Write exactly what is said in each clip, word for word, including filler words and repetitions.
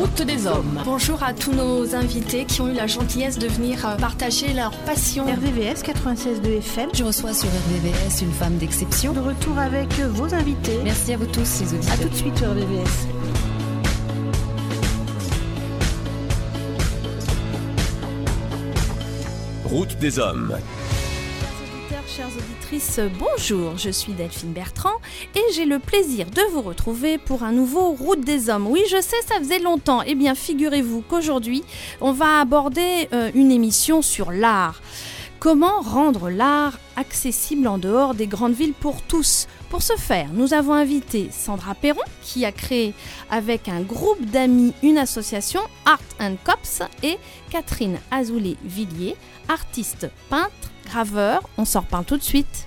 Route des Hommes. Bonjour à tous nos invités qui ont eu la gentillesse de venir partager leur passion. R V V S quatre-vingt-seize deux F M. Je reçois sur R V V S une femme d'exception. De retour avec vos invités. Merci à vous tous les auditeurs. A tout de suite sur R V V S. Route des Hommes. Chères auditrices, bonjour, je suis Delphine Bertrand et j'ai le plaisir de vous retrouver pour un nouveau Route des Hommes. Oui, je sais, ça faisait longtemps. Eh bien, figurez-vous qu'aujourd'hui, on va aborder euh, une émission sur l'art. Comment rendre l'art accessible en dehors des grandes villes pour tous ? Pour ce faire, nous avons invité Sandra Perron, qui a créé avec un groupe d'amis une association, Art and Cops, et Catherine Azoulay-Villiers, artiste peintre, graveur. On s'en reparle tout de suite.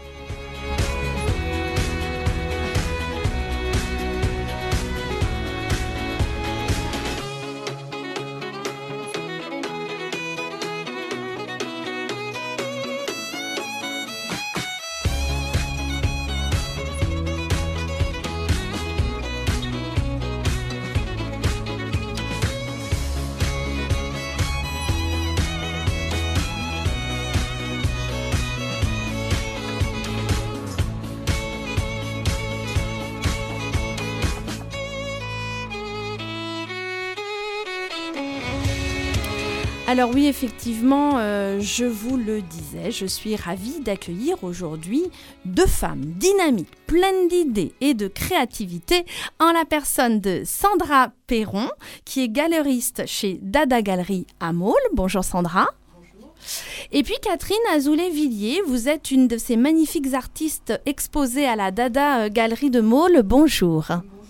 Alors oui, effectivement, euh, je vous le disais, je suis ravie d'accueillir aujourd'hui deux femmes dynamiques, pleines d'idées et de créativité, en la personne de Sandra Perron, qui est galeriste chez Dada Galerie à Maule. Bonjour Sandra. Bonjour. Et puis Catherine Azoulay-Villiers, vous êtes une de ces magnifiques artistes exposées à la Dada Galerie de Maule. Bonjour.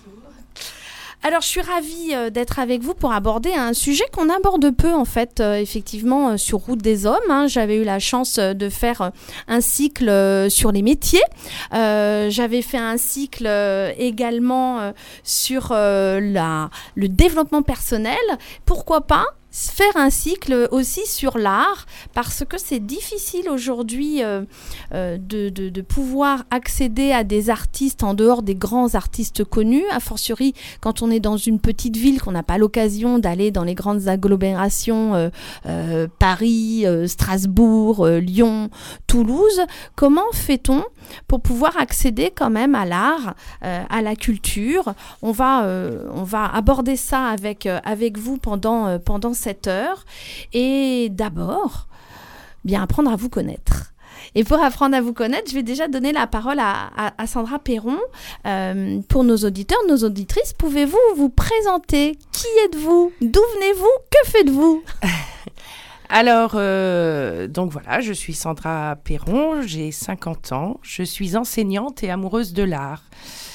Alors, je suis ravie euh, d'être avec vous pour aborder un sujet qu'on aborde peu, en fait, euh, effectivement, euh, sur Route des Hommes. Hein. J'avais eu la chance euh, de faire euh, un cycle euh, sur les métiers. Euh, j'avais fait un cycle euh, également euh, sur euh, la, le développement personnel. Pourquoi pas faire un cycle aussi sur l'art, parce que c'est difficile aujourd'hui euh, euh, de, de, de pouvoir accéder à des artistes en dehors des grands artistes connus, a fortiori quand on est dans une petite ville, qu'on n'a pas l'occasion d'aller dans les grandes agglomérations euh, euh, Paris, euh, Strasbourg, euh, Lyon, Toulouse. Comment fait-on pour pouvoir accéder quand même à l'art, euh, à la culture? On va, euh, on va aborder ça avec, euh, avec vous pendant, euh, pendant cette heure. Et d'abord, bien apprendre à vous connaître. Et pour apprendre à vous connaître, je vais déjà donner la parole à, à, à Sandra Perron. Euh, pour nos auditeurs, nos auditrices, pouvez-vous vous présenter? Qui êtes-vous? D'où venez-vous? Que faites-vous? Alors, euh, donc voilà, je suis Sandra Perron, j'ai cinquante ans, je suis enseignante et amoureuse de l'art.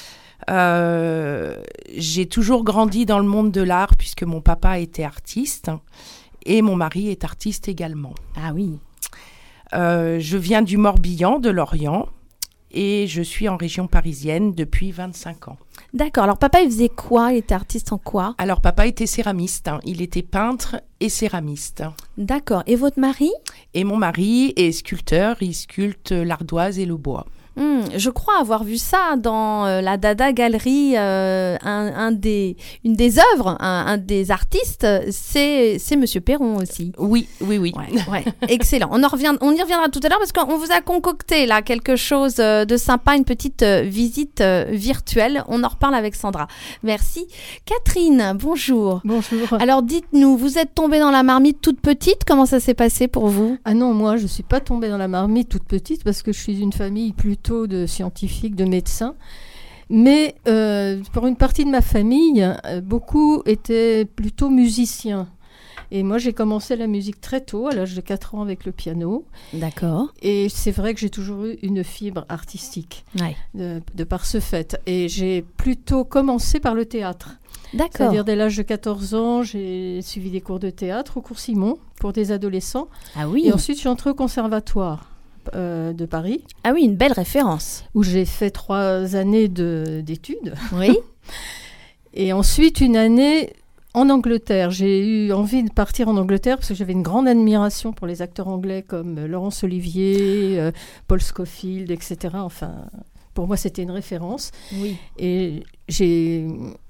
Euh, j'ai toujours grandi dans le monde de l'art puisque mon papa était artiste et mon mari est artiste également. Ah oui. Euh, je viens du Morbihan, de Lorient, et je suis en région parisienne depuis vingt-cinq ans. D'accord. Alors, papa, il faisait quoi? Il était artiste en quoi? Alors, papa était céramiste. Hein. Il était peintre et céramiste. D'accord. Et votre mari? Et mon mari est sculpteur. Il sculpte l'ardoise et le bois. Mmh, je crois avoir vu ça dans euh, la Dada Galerie, euh, un, un des, une des œuvres, un, un des artistes, c'est, c'est Monsieur Perron aussi. Oui, oui, oui. Ouais, ouais. Excellent. On, en revient, on y reviendra tout à l'heure parce qu'on vous a concocté là quelque chose de sympa, une petite euh, visite euh, virtuelle. On en reparle avec Sandra. Merci. Catherine, bonjour. Bonjour. Alors dites-nous, vous êtes tombée dans la marmite toute petite. Comment ça s'est passé pour vous? Ah non, moi je ne suis pas tombée dans la marmite toute petite parce que je suis d'une famille plutôt de scientifiques, de médecins. Mais euh, pour une partie de ma famille, euh, beaucoup étaient plutôt musiciens. Et moi, j'ai commencé la musique très tôt, à l'âge de quatre ans, avec le piano. D'accord. Et c'est vrai que j'ai toujours eu une fibre artistique, ouais. de, de par ce fait. Et j'ai plutôt commencé par le théâtre. D'accord. C'est-à-dire, dès l'âge de quatorze ans, j'ai suivi des cours de théâtre au cours Simon, pour des adolescents. Ah oui. Et ensuite, je suis entrée au conservatoire euh, de Paris. Ah oui, une belle référence. Où j'ai fait trois années de, d'études. Oui. Et ensuite, une année en Angleterre. J'ai eu envie de partir en Angleterre parce que j'avais une grande admiration pour les acteurs anglais comme Laurence Olivier, euh, Paul Scofield, et cetera. Enfin, pour moi, c'était une référence. Oui. Et j'ai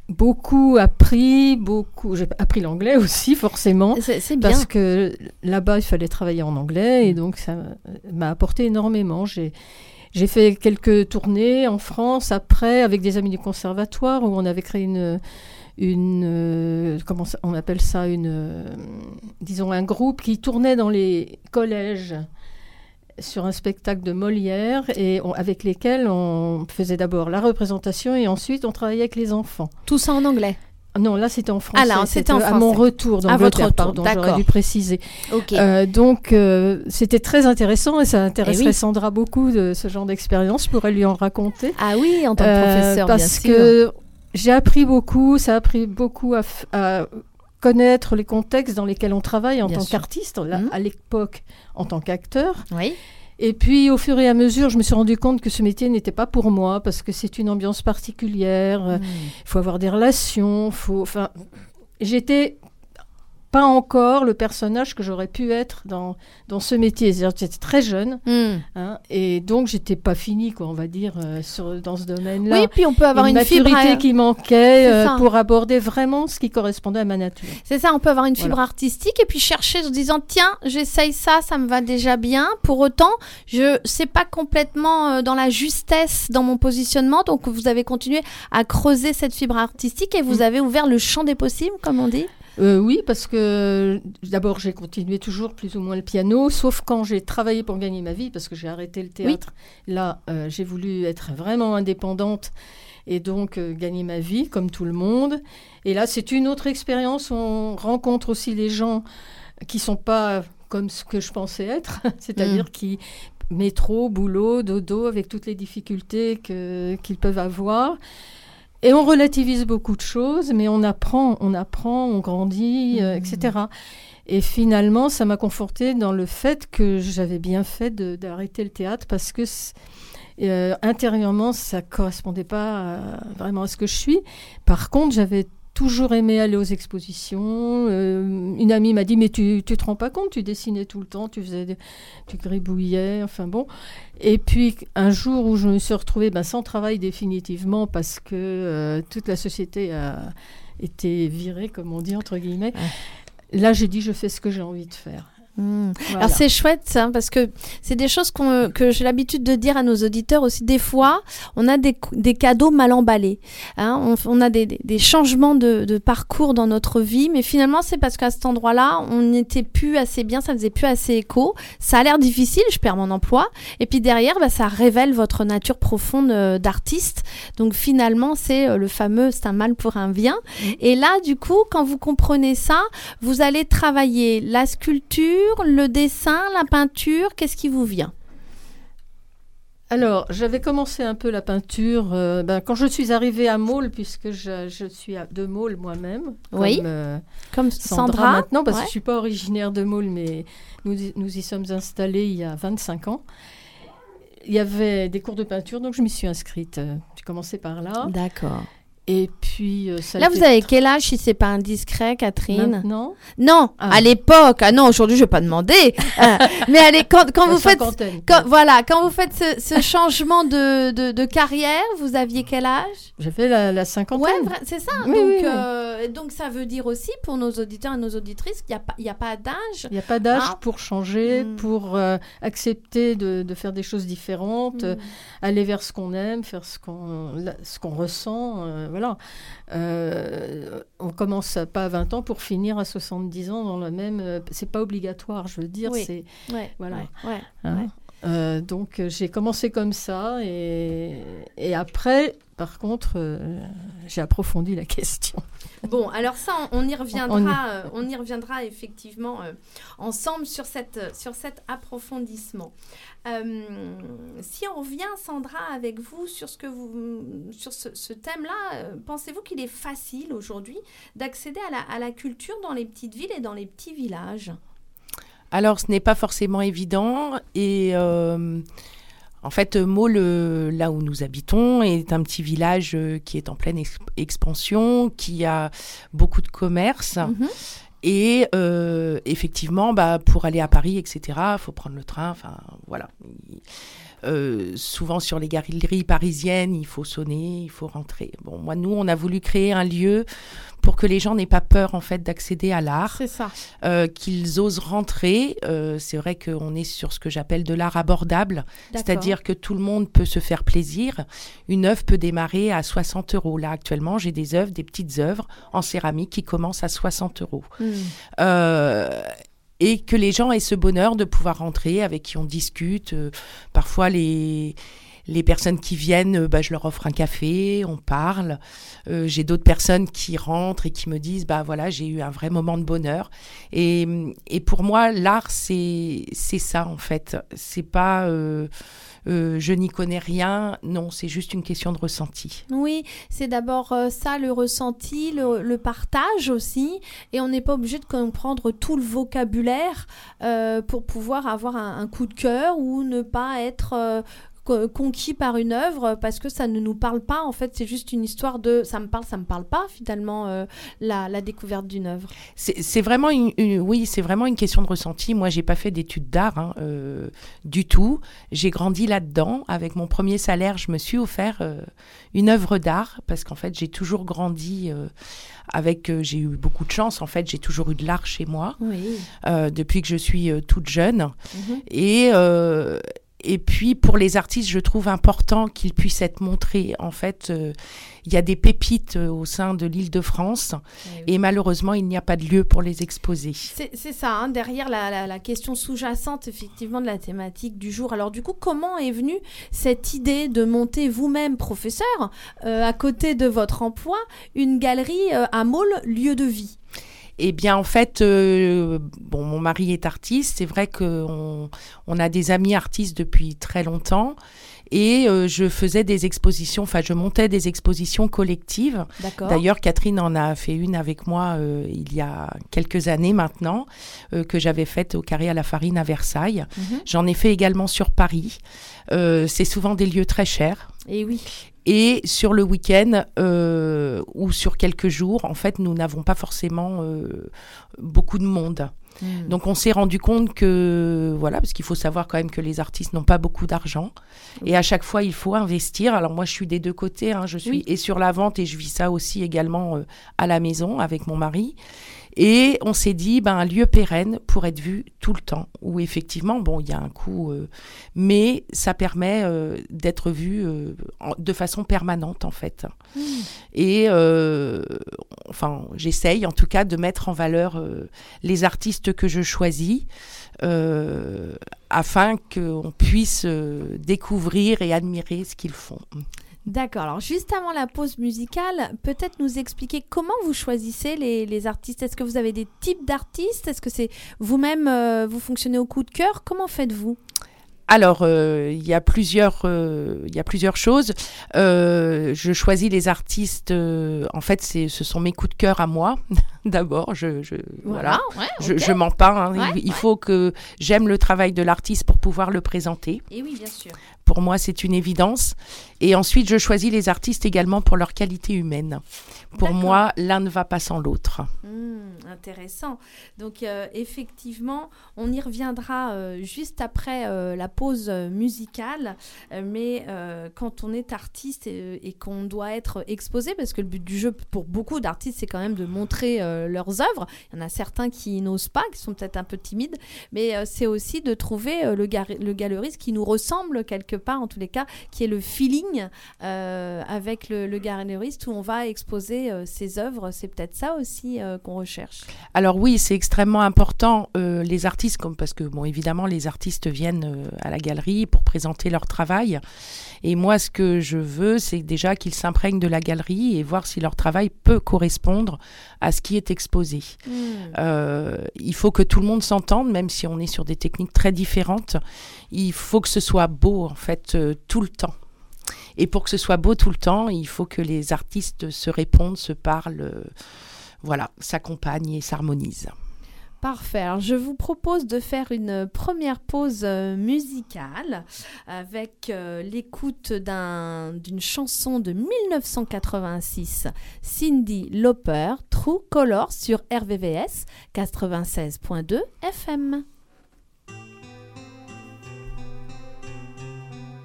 beaucoup appris, beaucoup. J'ai appris l'anglais aussi, forcément. C'est, c'est bien. Parce que là-bas, il fallait travailler en anglais et donc ça m'a apporté énormément. J'ai, j'ai fait quelques tournées en France après avec des amis du conservatoire où on avait créé une. une euh, comment ça, on appelle ça une euh, disons un groupe qui tournait dans les collèges sur un spectacle de Molière et on, avec lesquels on faisait d'abord la représentation et ensuite on travaillait avec les enfants. Tout ça en anglais? Non, là c'était en français. Ah là, c'était en à français. mon retour d'Angleterre, à votre retour, pardon, d'accord. j'aurais dû préciser. Ok. Euh, donc euh, c'était très intéressant et ça intéresserait Eh oui. Sandra beaucoup de ce genre d'expérience. Je pourrais lui en raconter. Ah oui, en tant que Euh, professeur, parce bien sûr. que j'ai appris beaucoup, ça a appris beaucoup à, f- à connaître les contextes dans lesquels on travaille en Bien tant sûr. qu'artiste, là, Mhm. à l'époque en tant qu'acteur. Oui. Et puis, au fur et à mesure, je me suis rendu compte que ce métier n'était pas pour moi parce que c'est une ambiance particulière. Il Mm. faut avoir des relations. Faut, enfin, j'étais pas encore le personnage que j'aurais pu être dans, dans ce métier. C'est-à-dire que j'étais très jeune. Mm. Hein, et donc, j'étais pas finie, quoi, on va dire, euh, sur, dans ce domaine-là. Oui, puis on peut avoir une, une fibre. maturité à- qui manquait C'est euh, ça. pour aborder vraiment ce qui correspondait à ma nature. C'est ça, on peut avoir une fibre Voilà. artistique et puis chercher en se disant tiens, j'essaye ça, ça me va déjà bien. Pour autant, je sais pas complètement euh, dans la justesse dans mon positionnement. Donc vous avez continué à creuser cette fibre artistique et vous Mm. avez ouvert le champ des possibles, comme on dit. Euh, oui, parce que d'abord, j'ai continué toujours plus ou moins le piano, sauf quand j'ai travaillé pour gagner ma vie, parce que j'ai arrêté le théâtre. Là, euh, j'ai voulu être vraiment indépendante et donc euh, gagner ma vie, comme tout le monde. Et là, c'est une autre expérience. On rencontre aussi les gens qui ne sont pas comme ce que je pensais être, c'est-à-dire Mm. qui métro, boulot, dodo, avec toutes les difficultés que, qu'ils peuvent avoir. Et on relativise beaucoup de choses, mais on apprend, on apprend, on grandit, euh, Mmh. et cetera. Et finalement, ça m'a confortée dans le fait que j'avais bien fait de- d'arrêter le théâtre parce que euh, intérieurement, ça ne correspondait pas à- vraiment à ce que je suis. Par contre, j'avais toujours aimé aller aux expositions. Euh, une amie m'a dit, mais tu ne te rends pas compte, tu dessinais tout le temps, tu faisais, des- tu gribouillais, enfin bon. Et puis, un jour où je me suis retrouvée ben, sans travail définitivement parce que euh, toute la société a été virée, comme on dit, entre guillemets, là, j'ai dit, je fais ce que j'ai envie de faire. Mm. Voilà. Alors c'est chouette ça, parce que c'est des choses qu'on, que j'ai l'habitude de dire à nos auditeurs aussi. Des fois, on a des, des cadeaux mal emballés. Hein, on, on a des, des, des changements de, de parcours dans notre vie, mais finalement c'est parce qu'à cet endroit-là, on n'était plus assez bien, ça faisait plus assez écho. Ça a l'air difficile, je perds mon emploi. Et puis derrière, bah, ça révèle votre nature profonde euh, d'artiste. Donc finalement, c'est euh, le fameux « c'est un mal pour un bien ». Et là, du coup, quand vous comprenez ça, vous allez travailler la sculpture, le dessin, la peinture, qu'est-ce qui vous vient? Alors, j'avais commencé un peu la peinture euh, ben, quand je suis arrivée à Maule, puisque je, je suis à- de Maule moi-même, Oui. comme euh, Comme Sandra, Sandra, maintenant, parce ouais. que je ne suis pas originaire de Maule, mais nous, y- nous y sommes installés il y a vingt-cinq ans. Il y avait des cours de peinture, donc je m'y suis inscrite. Euh, J'ai commencé par là. D'accord. Et puis, euh, ça a Là, été vous avez tr- quel âge, si c'est pas indiscret, Catherine? Maintenant, Non, Ah. à l'époque. Ah non, aujourd'hui, je vais pas demander. Euh, mais allez, quand, quand la vous faites, cinquantaine. quand, voilà, quand vous faites ce, ce changement de, de, de carrière, vous aviez quel âge? J'avais la, la cinquantaine. Ouais, vra- c'est ça. Oui, donc, oui, oui. euh, donc, ça veut dire aussi pour nos auditeurs et nos auditrices qu'il n'y a pas, il y a pas d'âge. Il n'y a pas d'âge Ah. pour changer, Mm. pour euh, accepter de, de faire des choses différentes, euh, Mm. aller vers ce qu'on aime, faire ce qu'on la- ce qu'on ressent. euh, voilà. Euh, on commence pas à vingt ans pour finir à soixante-dix ans dans le même. euh, c'est pas obligatoire, je veux dire. Oui. C'est, Ouais, Voilà. ouais, ouais. hein. Ouais. Euh, donc euh, j'ai commencé comme ça et, et après, par contre, euh, j'ai approfondi la question. Bon, alors ça, on, on y reviendra, On y- euh, on y reviendra effectivement euh, ensemble sur, cette, sur cet approfondissement. Euh, si on revient, Sandra, avec vous sur, ce que vous, sur ce, ce thème-là, euh, pensez-vous qu'il est facile aujourd'hui d'accéder à la, à la culture dans les petites villes et dans les petits villages? Alors, ce n'est pas forcément évident. Et euh, en fait, Maule, euh, là où nous habitons, est un petit village euh, qui est en pleine ex- expansion, qui a beaucoup de commerces. Mhm. Et euh, effectivement, bah, pour aller à Paris, et cetera, il faut prendre le train. Enfin, voilà. euh, souvent sur les galeries parisiennes, il faut sonner, il faut rentrer. Bon, moi, nous, on a voulu créer un lieu pour que les gens n'aient pas peur en fait d'accéder à l'art, C'est ça. euh, qu'ils osent rentrer. Euh, c'est vrai qu'on est sur ce que j'appelle de l'art abordable, D'accord. c'est-à-dire que tout le monde peut se faire plaisir. Une œuvre peut démarrer à soixante euros. Là, actuellement, j'ai des œuvres, des petites œuvres en céramique qui commencent à soixante euros. Mm. Euh, et que les gens aient ce bonheur de pouvoir rentrer, avec qui on discute. Euh, parfois, les... Les personnes qui viennent, euh, bah, je leur offre un café, on parle. Euh, j'ai d'autres personnes qui rentrent et qui me disent, bah voilà, j'ai eu un vrai moment de bonheur. Et, et pour moi, l'art, c'est, c'est ça en fait. C'est pas, euh, euh, je n'y connais rien. Non, c'est juste une question de ressenti. Oui, c'est d'abord euh, ça, le ressenti, le, le partage aussi. Et on n'est pas obligé de comprendre tout le vocabulaire euh, pour pouvoir avoir un, un coup de cœur ou ne pas être... Euh, conquis par une œuvre parce que ça ne nous parle pas. En fait, c'est juste une histoire de ça me parle, ça me parle pas finalement euh, la, la découverte d'une œuvre. C'est, c'est vraiment une, une, oui, c'est vraiment une question de ressenti. Moi, j'ai pas fait d'études d'art hein, euh, du tout. J'ai grandi là-dedans. Avec mon premier salaire, je me suis offert euh, une œuvre d'art parce qu'en fait, j'ai toujours grandi euh, avec. Euh, j'ai eu beaucoup de chance. En fait, j'ai toujours eu de l'art chez moi Oui. euh, depuis que je suis euh, toute jeune. Mm-hmm. Et euh, Et puis, pour les artistes, je trouve important qu'ils puissent être montrés. En fait, euh, il y a des pépites euh, au sein de l'Île-de-France Oui. et malheureusement, il n'y a pas de lieu pour les exposer. C'est, c'est ça, hein, derrière la, la, la question sous-jacente, effectivement, de la thématique du jour. Alors, du coup, comment est venue cette idée de monter vous-même, professeur, euh, à côté de votre emploi, une galerie euh, à Maule, lieu de vie ? Eh bien, en fait, euh, bon, mon mari est artiste. C'est vrai qu'on on a des amis artistes depuis très longtemps. Et euh, je faisais des expositions, enfin, je montais des expositions collectives. D'accord. D'ailleurs, Catherine en a fait une avec moi euh, il y a quelques années maintenant, euh, que j'avais faite au Carré à la Farine à Versailles. Mm-hmm. J'en ai fait également sur Paris. Euh, c'est souvent des lieux très chers. Et oui. Et sur le week-end euh, ou sur quelques jours, en fait, nous n'avons pas forcément euh, beaucoup de monde. Mm. Donc, on s'est rendu compte que, voilà, parce qu'il faut savoir quand même que les artistes n'ont pas beaucoup d'argent. Oui. Et à chaque fois, il faut investir. Alors, moi, je suis des deux côtés. Hein. Je suis Oui. et sur la vente et je vis ça aussi également euh, à la maison avec mon mari. Et on s'est dit, ben, un lieu pérenne pour être vu tout le temps, où effectivement, bon, il y a un coût, euh, mais ça permet euh, d'être vu euh, en, de façon permanente, en fait. Mmh. Et, euh, enfin, j'essaye, en tout cas, de mettre en valeur euh, les artistes que je choisis, euh, afin qu'on puisse euh, découvrir et admirer ce qu'ils font. D'accord. Alors, juste avant la pause musicale, peut-être nous expliquer comment vous choisissez les, les artistes. Est-ce que vous avez des types d'artistes ? Est-ce que c'est vous-même, euh, vous fonctionnez au coup de cœur ? Comment faites-vous ? Alors, euh, il y a plusieurs, euh, il y a plusieurs choses. Euh, je choisis les artistes. Euh, en fait, c'est, ce sont mes coups de cœur à moi. D'abord, je, je voilà, ouais, je, ok. je mens pas. Hein. Ouais, il il ouais. faut que j'aime le travail de l'artiste pour pouvoir le présenter. Et oui, bien sûr. Pour moi, c'est une évidence. Et ensuite, je choisis les artistes également pour leur qualité humaine. Pour D'accord. moi, l'un ne va pas sans l'autre. Mmh, intéressant. Donc, euh, effectivement, on y reviendra euh, juste après euh, la pause euh, musicale. Euh, mais euh, quand on est artiste et, et qu'on doit être exposé, parce que le but du jeu pour beaucoup d'artistes, c'est quand même de montrer euh, leurs œuvres. Il y en a certains qui n'osent pas, qui sont peut-être un peu timides. Mais euh, c'est aussi de trouver euh, le, gar- le galeriste qui nous ressemble quelque part, en tous les cas, qui est le feeling euh, avec le, le galeriste où on va exposer euh, ses œuvres. C'est peut-être ça aussi euh, qu'on recherche. Alors oui, c'est extrêmement important. Euh, les artistes, comme parce que bon, évidemment, les artistes viennent euh, à la galerie pour présenter leur travail. Et moi, ce que je veux, c'est déjà qu'ils s'imprègnent de la galerie et voir si leur travail peut correspondre à ce qui est exposé. Mmh. Euh, il faut que tout le monde s'entende, même si on est sur des techniques très différentes. Il faut que ce soit beau, en fait, euh, tout le temps. Et pour que ce soit beau tout le temps, il faut que les artistes se répondent, se parlent, euh, voilà, s'accompagnent et s'harmonisent. Parfait. Alors, je vous propose de faire une première pause euh, musicale avec euh, l'écoute d'un, d'une chanson de dix-neuf cent quatre-vingt-six, Cyndi Lauper, True Color sur R V V S quatre-vingt-seize point deux F M.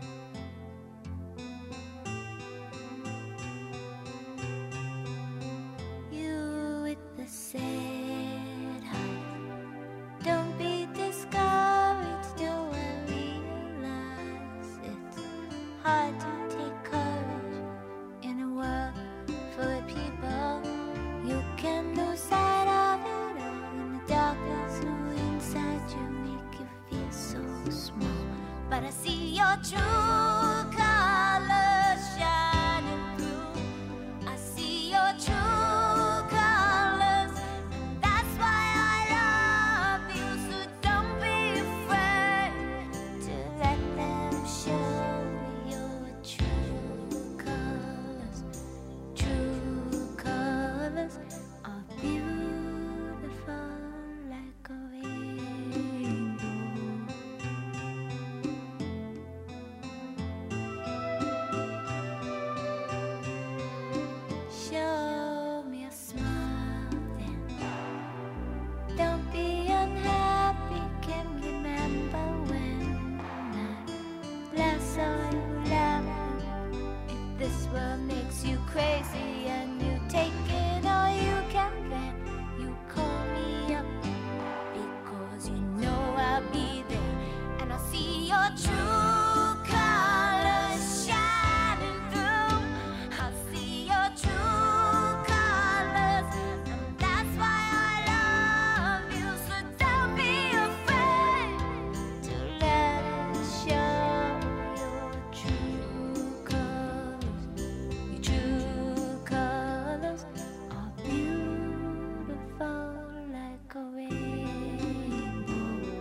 but I see your true colors shining through. I see your true colors, and that's why I love you. So don't be afraid to let them show your true colors. True colors are beautiful like a rainbow. Show me a smile then. Don't be unhappy, can remember when I last saw you laughing. If this world makes you crazy and you take it all you can bear, you call me up because you know I'll be there. And I'll see your true colors shining through. I'll see your true colors, and that's why I love you. So don't be afraid to let it show your true colors. Your true colors are beautiful like a rainbow.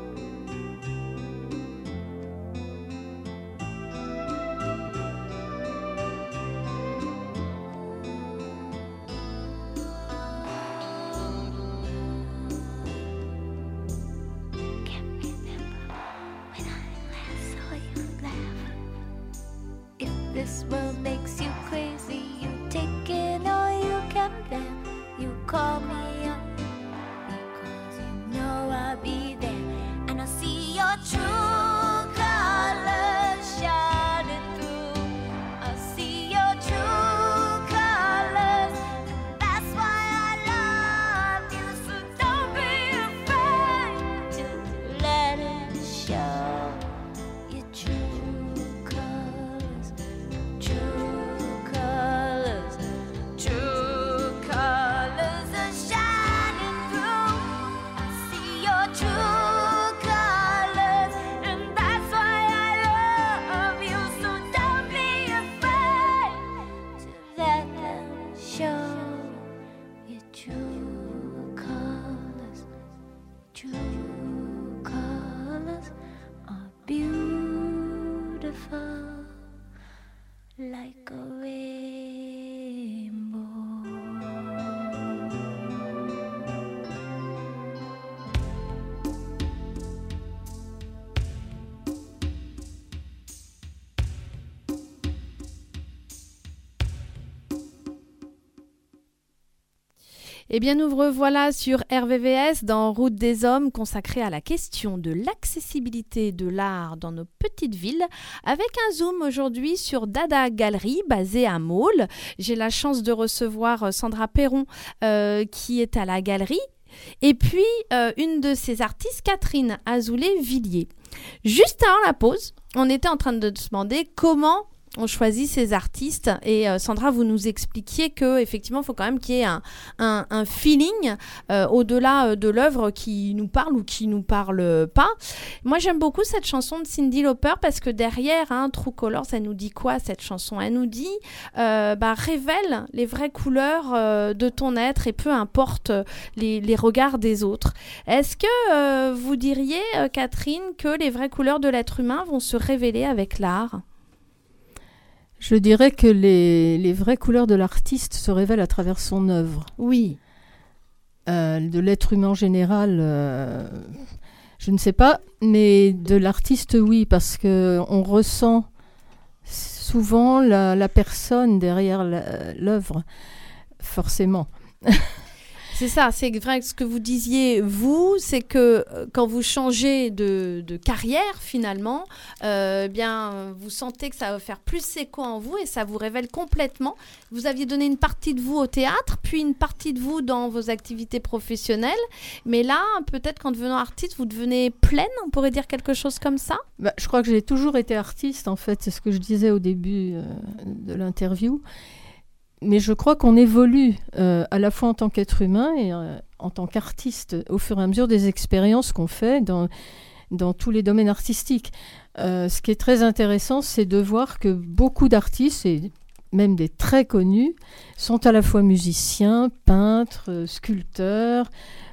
Can't remember when I last saw you laugh. If this world makes you crazy, you take it all you can bear. You call me up because you know I'll be there. And I'll see your true colors shining through. I'll see your true colors, and that's why I love you. So don't be afraid to let it show your true colors. True colors, true colors are shining through. I see your true colors, and that's why I love you. So don't be afraid to let them show your true colors. True colors are beautiful like a rainbow. Eh bien, nous revoilà sur R V V S dans Route des Hommes, consacrée à la question de l'accessibilité de l'art dans nos petites villes, avec un zoom aujourd'hui sur Dada Galerie, basée à Maule. J'ai la chance de recevoir Sandra Perron, euh, qui est à la galerie, et puis euh, une de ses artistes, Catherine Azoulay-Villiers. Juste avant la pause, on était en train de se demander comment on choisit ces artistes, et euh, Sandra, vous nous expliquiez que effectivement, il faut quand même qu'il y ait un, un, un feeling euh, au-delà euh, de l'œuvre qui nous parle ou qui nous parle pas. Moi, j'aime beaucoup cette chanson de Cyndi Lauper parce que derrière, hein, True Colors, elle nous dit quoi cette chanson ? Elle nous dit, euh, bah, révèle les vraies couleurs euh, de ton être et peu importe les, les regards des autres. Est-ce que euh, vous diriez, euh, Catherine, que les vraies couleurs de l'être humain vont se révéler avec l'art ? Je dirais que les, les vraies couleurs de l'artiste se révèlent à travers son œuvre. Oui. Euh, de l'être humain en général, euh, je ne sais pas, mais de l'artiste, oui, parce qu'on ressent souvent la, la personne derrière la, l'œuvre, forcément. C'est ça, c'est vrai que ce que vous disiez, vous, c'est que euh, quand vous changez de, de carrière, finalement, euh, bien, vous sentez que ça va faire plus écho en vous et ça vous révèle complètement. Vous aviez donné une partie de vous au théâtre, puis une partie de vous dans vos activités professionnelles. Mais là, peut-être qu'en devenant artiste, vous devenez pleine, on pourrait dire quelque chose comme ça ? Bah, je crois que j'ai toujours été artiste, en fait, c'est ce que je disais au début euh, de l'interview. Mais je crois qu'on évolue euh, à la fois en tant qu'être humain et euh, en tant qu'artiste au fur et à mesure des expériences qu'on fait dans, dans tous les domaines artistiques. Euh, ce qui est très intéressant, c'est de voir que beaucoup d'artistes, et même des très connus, sont à la fois musiciens, peintres, euh, sculpteurs.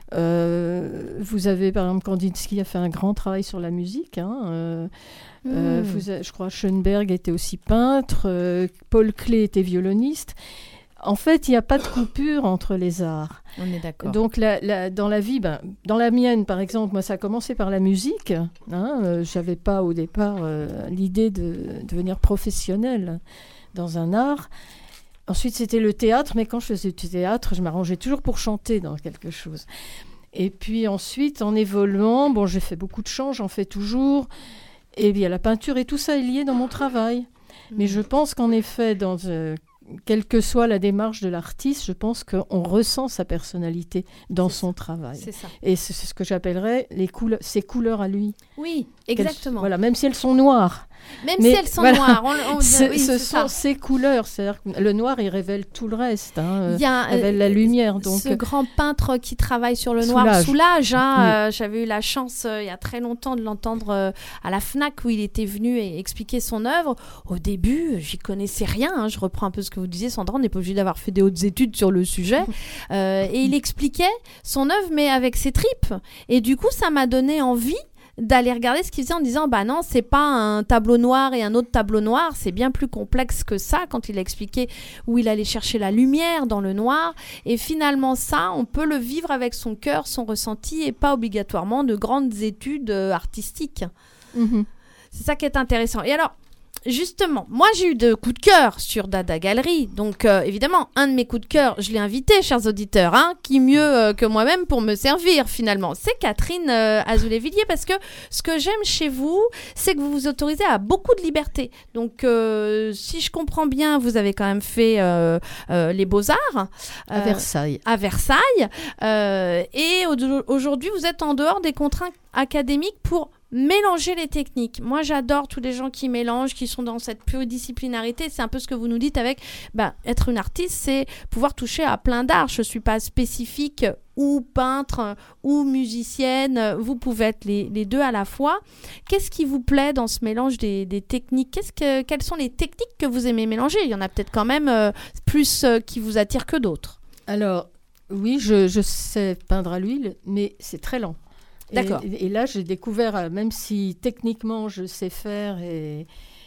Euh, vous avez par exemple Kandinsky a fait un grand travail sur la musique. Hein, euh, mmh. euh, vous avez, je crois Schoenberg était aussi peintre, euh, Paul Klee était violoniste. En fait, il n'y a pas de coupure entre les arts. On est d'accord. Donc, la, la, dans la vie, ben, dans la mienne, par exemple, moi, ça a commencé par la musique. Hein, euh, je n'avais pas au départ euh, l'idée de devenir professionnelle dans un art. Ensuite, c'était le théâtre, mais quand je faisais du théâtre, je m'arrangeais toujours pour chanter dans quelque chose. Et puis ensuite, en évoluant, bon, j'ai fait beaucoup de chants, j'en fais toujours. Et bien, la peinture et tout ça est lié dans mon travail. Mmh. Mais je pense qu'en effet, dans... Euh, quelle que soit la démarche de l'artiste, je pense qu'on ressent sa personnalité dans c'est son ça. travail. C'est ça. Et c'est, c'est ce que j'appellerais les coule- ses couleurs à lui. Oui, exactement. Voilà, même si elles sont noires. Même Mais si elles sont voilà, noires. On, on, c'est, oui, ce c'est sont ça. ces couleurs. C'est-à-dire que le noir, il révèle tout le reste. Hein, il y a, il révèle euh, la lumière. Donc, ce grand peintre qui travaille sur le noir, Soulage. Soulage. Hein, Oui. euh, j'avais eu la chance, euh, il y a très longtemps, de l'entendre euh, à la FNAC, où il était venu et expliquer son œuvre. Au début, j'y connaissais rien. Hein, je reprends un peu ce que vous disiez, Sandra. On n'est pas obligé d'avoir fait des hautes études sur le sujet. Euh, et il expliquait son œuvre, mais avec ses tripes. Et du coup, ça m'a donné envie d'aller regarder ce qu'il faisait en disant bah non, c'est pas un tableau noir et un autre tableau noir, c'est bien plus complexe que ça, quand il a expliqué où il allait chercher la lumière dans le noir. Et finalement, ça, on peut le vivre avec son cœur, son ressenti, et pas obligatoirement de grandes études euh, artistiques. Mm-hmm. C'est ça qui est intéressant. Et alors, justement, moi j'ai eu de coups de cœur sur Dada Galerie, donc euh, évidemment un de mes coups de cœur, je l'ai invité, chers auditeurs, hein, qui mieux euh, que moi-même pour me servir finalement, c'est Catherine euh, Azoulay-Villiers, parce que ce que j'aime chez vous, c'est que vous vous autorisez à beaucoup de liberté. Donc euh, si je comprends bien, vous avez quand même fait euh, euh, les Beaux-Arts euh, à Versailles. À Versailles, euh, et au- aujourd'hui vous êtes en dehors des contraintes académiques pour mélanger les techniques. Moi, j'adore tous les gens qui mélangent, qui sont dans cette pluridisciplinarité. C'est un peu ce que vous nous dites avec bah, être une artiste, c'est pouvoir toucher à plein d'arts. Je ne suis pas spécifique ou peintre ou musicienne. Vous pouvez être les, les deux à la fois. Qu'est-ce qui vous plaît dans ce mélange des, des techniques ? Qu'est-ce que, Quelles sont les techniques que vous aimez mélanger ? Il y en a peut-être quand même euh, plus euh, qui vous attirent que d'autres. Alors, oui, je, je sais peindre à l'huile, mais c'est très lent. D'accord. Et, et là, j'ai découvert, même si techniquement je sais faire, et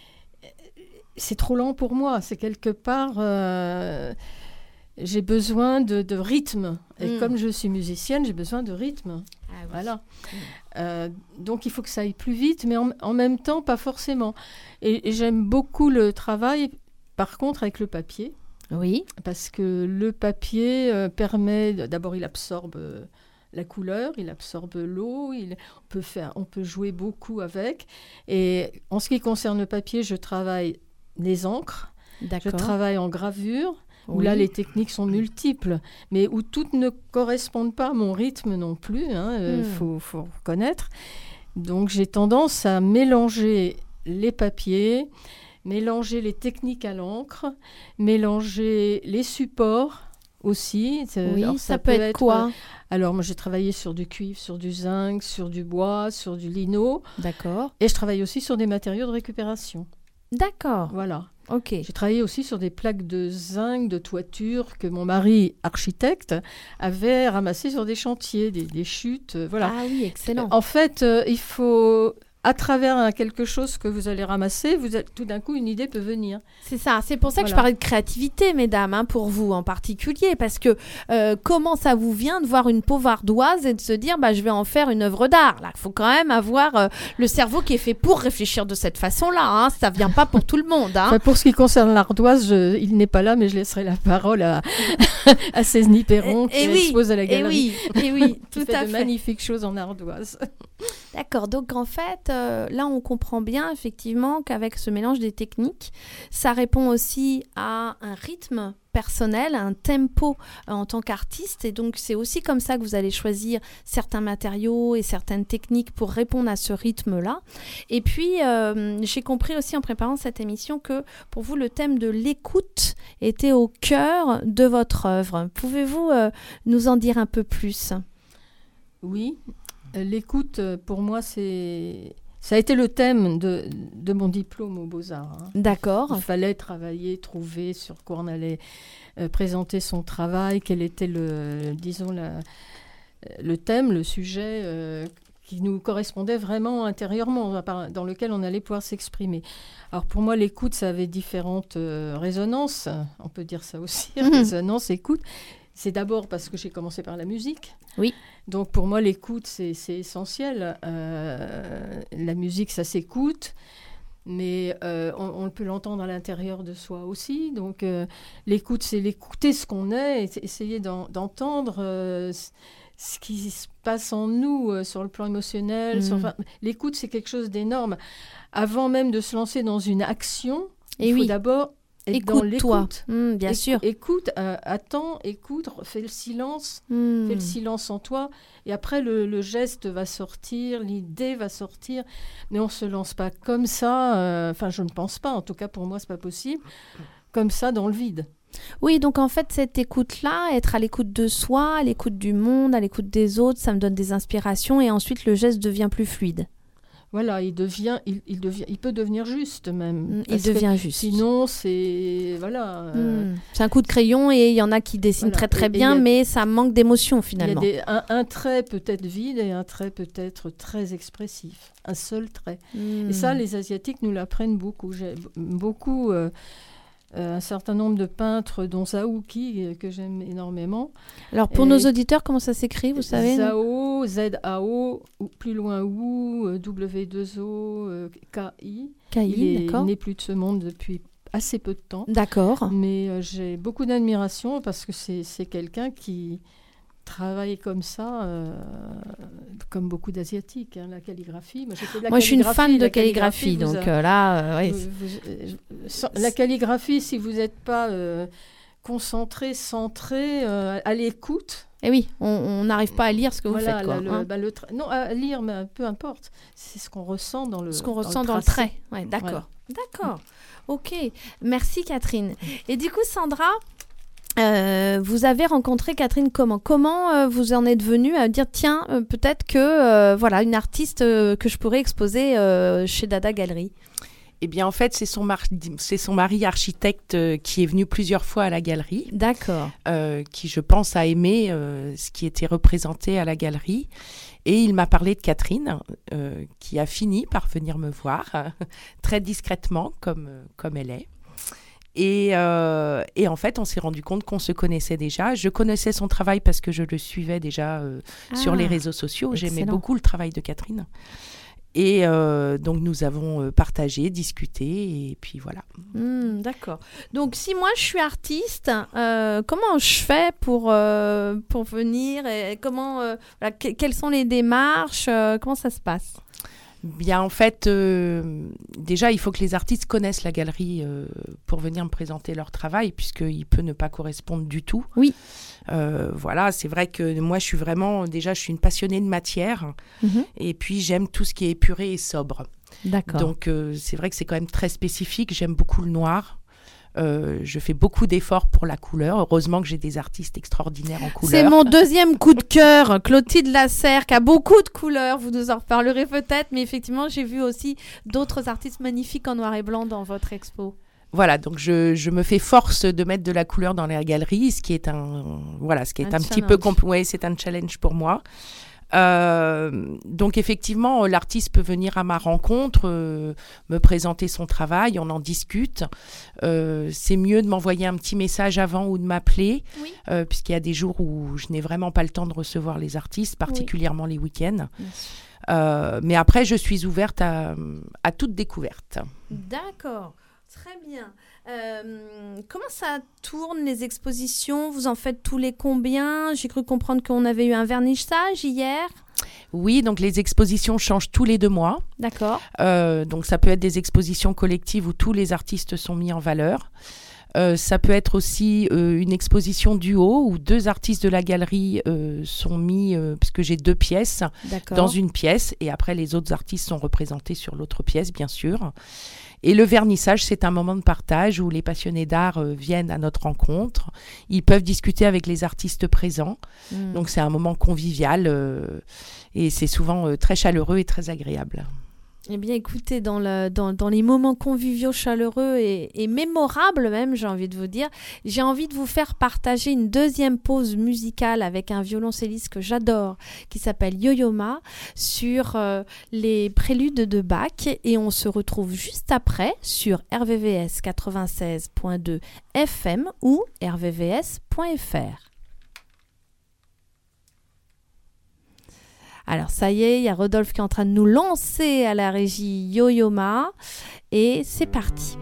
c'est trop lent pour moi. C'est quelque part, euh, j'ai besoin de, de rythme. Et Mm. comme je suis musicienne, j'ai besoin de rythme. Ah oui. Voilà. Mm. Euh, donc il faut que ça aille plus vite, mais en, en même temps, pas forcément. Et, et j'aime beaucoup le travail, par contre, avec le papier. Oui. Parce que le papier euh, permet, d'abord, il absorbe euh, la couleur, il absorbe l'eau, il, on, peut faire, on peut jouer beaucoup avec. Et en ce qui concerne le papier, je travaille les encres, D'accord. je travaille en gravure, où Oui. là, les techniques sont multiples, mais où toutes ne correspondent pas à mon rythme non plus, il hein, euh, Hmm. faut, faut reconnaître. Donc, j'ai tendance à mélanger les papiers, mélanger les techniques à l'encre, mélanger les supports aussi. Oui, Alors, ça, peut être, quoi ? Alors, moi, j'ai travaillé sur du cuivre, sur du zinc, sur du bois, sur du lino. D'accord. Et je travaille aussi sur des matériaux de récupération. D'accord. Voilà. Ok. J'ai travaillé aussi sur des plaques de zinc, de toiture, que mon mari, architecte, avait ramassées sur des chantiers, des, des chutes. euh, Voilà. Ah oui, excellent. En fait, euh, il faut... À travers hein, quelque chose que vous allez ramasser, vous êtes, tout d'un coup, une idée peut venir. C'est ça, c'est pour ça que Voilà. je parlais de créativité, mesdames, hein, pour vous en particulier, parce que euh, comment ça vous vient de voir une pauvre ardoise et de se dire, bah, je vais en faire une œuvre d'art. Là, il faut quand même avoir euh, le cerveau qui est fait pour réfléchir de cette façon-là. Hein. Ça vient pas pour tout le monde. Hein. Enfin, pour ce qui concerne l'ardoise, je- il n'est pas là, mais je laisserai la parole à, à Cézanne Perron, qui Et- et oui, expose à la Et galerie. oui, et oui, qui tout fait à de fait. magnifiques choses en ardoise. D'accord, donc en fait, euh, là on comprend bien effectivement qu'avec ce mélange des techniques, ça répond aussi à un rythme personnel, à un tempo euh, en tant qu'artiste, et donc c'est aussi comme ça que vous allez choisir certains matériaux et certaines techniques pour répondre à ce rythme-là. Et puis, euh, j'ai compris aussi en préparant cette émission que pour vous, le thème de l'écoute était au cœur de votre œuvre. Pouvez-vous euh, nous en dire un peu plus ? Oui. L'écoute, pour moi, c'est... ça a été le thème de, de mon diplôme aux Beaux-Arts. Hein. D'accord. Il fallait travailler, trouver sur quoi on allait euh, présenter son travail, quel était le, disons, la, le thème, le sujet euh, qui nous correspondait vraiment intérieurement, dans lequel on allait pouvoir s'exprimer. Alors pour moi, l'écoute, ça avait différentes euh, résonances, on peut dire ça aussi, mmh. résonance, écoute. C'est d'abord parce que j'ai commencé par la musique. Oui. Donc pour moi, l'écoute, c'est, c'est essentiel. Euh, la musique, ça s'écoute, mais euh, on, on peut l'entendre à l'intérieur de soi aussi. Donc euh, l'écoute, c'est l'écouter ce qu'on est, et essayer d'en, d'entendre euh, ce qui se passe en nous euh, sur le plan émotionnel. Mmh. Sur, enfin, l'écoute, c'est quelque chose d'énorme. Avant même de se lancer dans une action, et il faut oui. d'abord... Écoute-toi, mmh, bien Éc- sûr. Écoute, euh, attends, écoute, fais le silence, mmh. fais le silence en toi. Et après, le, le geste va sortir, l'idée va sortir. Mais on ne se lance pas comme ça. Enfin, euh, je ne pense pas. En tout cas, pour moi, ce n'est pas possible. Comme ça, dans le vide. Oui, donc en fait, cette écoute-là, être à l'écoute de soi, à l'écoute du monde, à l'écoute des autres, ça me donne des inspirations. Et ensuite, le geste devient plus fluide. Voilà, il devient, il, il devient, il peut devenir juste même. Mmh, il devient juste. Sinon, c'est voilà. Euh, mmh. C'est un coup de crayon et il y en a qui dessinent voilà. très très et, bien, et a, mais ça manque d'émotion finalement. Il y a des, un, un trait peut être vide et un trait peut être très expressif. Un seul trait. Mmh. Et ça, les Asiatiques nous l'apprennent beaucoup. J'ai beaucoup. Euh, Euh, un certain nombre de peintres, dont Zhao Qi, euh, que j'aime énormément. Alors, pour et nos auditeurs, comment ça s'écrit, vous savez? Zhao, Z A O, ou plus loin Wu, W deux O, euh, K I. K I, il est, d'accord. Il n'est plus de ce monde depuis assez peu de temps. D'accord. Mais euh, j'ai beaucoup d'admiration parce que c'est, c'est quelqu'un qui travaille comme ça, euh, comme beaucoup d'Asiatiques, hein, la calligraphie. Moi, j'ai fait de la Moi, calligraphie, je suis une fan de calligraphie, calligraphie, donc a, euh, là, euh, ouais. Vous, vous, sans, la calligraphie, si vous n'êtes pas euh, concentré, centré, euh, à l'écoute... Eh oui, on n'arrive pas à lire ce que vous voilà, faites, quoi. La, le, hein. bah, le tra- non, à lire, mais peu importe. C'est ce qu'on ressent dans le Ce qu'on dans ressent le dans le trait. Ouais, d'accord. Voilà. D'accord. Ok. Merci, Catherine. Et du coup, Sandra... Euh, vous avez rencontré Catherine comment Comment euh, vous en êtes venue à dire tiens euh, peut-être que euh, voilà une artiste euh, que je pourrais exposer euh, chez Dada Galerie. Eh bien en fait c'est son mari, c'est son mari architecte euh, qui est venu plusieurs fois à la galerie. D'accord. Euh, qui je pense a aimé euh, ce qui était représenté à la galerie. Et il m'a parlé de Catherine, euh, qui a fini par venir me voir, euh, très discrètement, comme, euh, comme elle est. Et, euh, et en fait, on s'est rendu compte qu'on se connaissait déjà. Je connaissais son travail parce que je le suivais déjà euh, ah, sur les réseaux sociaux. Excellent. J'aimais beaucoup le travail de Catherine. Et euh, donc, nous avons partagé, discuté, et puis voilà. Mmh, d'accord. Donc, si moi, je suis artiste, euh, comment je fais pour, euh, pour venir et comment, euh, voilà, que, quelles sont les démarches euh, comment ça se passe? Bien, en fait, euh, déjà, il faut que les artistes connaissent la galerie euh, pour venir me présenter leur travail, puisqu'il peut ne pas correspondre du tout. Oui. Euh, voilà, c'est vrai que moi, je suis vraiment, déjà, je suis une passionnée de matière, mm-hmm. et puis j'aime tout ce qui est épuré et sobre. D'accord. Donc, euh, c'est vrai que c'est quand même très spécifique. J'aime beaucoup le noir. Euh, je fais beaucoup d'efforts pour la couleur. Heureusement que j'ai des artistes extraordinaires en couleur. C'est mon deuxième coup de cœur, Clotilde Lasserre, qui a beaucoup de couleurs. Vous nous en reparlerez peut-être, mais effectivement, j'ai vu aussi d'autres artistes magnifiques en noir et blanc dans votre expo. Voilà, donc je, je me fais force de mettre de la couleur dans les galeries, ce qui est un, voilà, ce qui est un, un petit peu compl- ouais, c'est un challenge pour moi. Euh, donc effectivement, l'artiste peut venir à ma rencontre, euh, me présenter son travail, on en discute. Euh, c'est mieux de m'envoyer un petit message avant ou de m'appeler, oui. euh, puisqu'il y a des jours où je n'ai vraiment pas le temps de recevoir les artistes, particulièrement oui. les week-ends. Euh, mais après, je suis ouverte à, à toute découverte. D'accord. Très bien. Euh, comment ça tourne, les expositions? Vous en faites tous les combien? J'ai cru comprendre qu'on avait eu un vernissage hier. Oui, donc les expositions changent tous les deux mois. D'accord. Euh, donc ça peut être des expositions collectives où tous les artistes sont mis en valeur. Euh, ça peut être aussi euh, une exposition duo où deux artistes de la galerie euh, sont mis, euh, puisque j'ai deux pièces, D'accord. dans une pièce, et après les autres artistes sont représentés sur l'autre pièce, bien sûr. Et le vernissage, c'est un moment de partage où les passionnés d'art euh, viennent à notre rencontre. Ils peuvent discuter avec les artistes présents. Mmh. Donc, c'est un moment convivial euh, et c'est souvent euh, très chaleureux et très agréable. Eh bien, écoutez, dans, le, dans, dans les moments conviviaux, chaleureux et, et mémorables même, j'ai envie de vous dire, j'ai envie de vous faire partager une deuxième pause musicale avec un violoncelliste que j'adore, qui s'appelle Yo-Yo Ma, sur euh, les préludes de Bach. Et on se retrouve juste après sur R V V S quatre-vingt-seize point deux F M ou r v v s point f r. Alors ça y est, il y a Rodolphe qui est en train de nous lancer à la régie Yo-Yo Ma et c'est parti.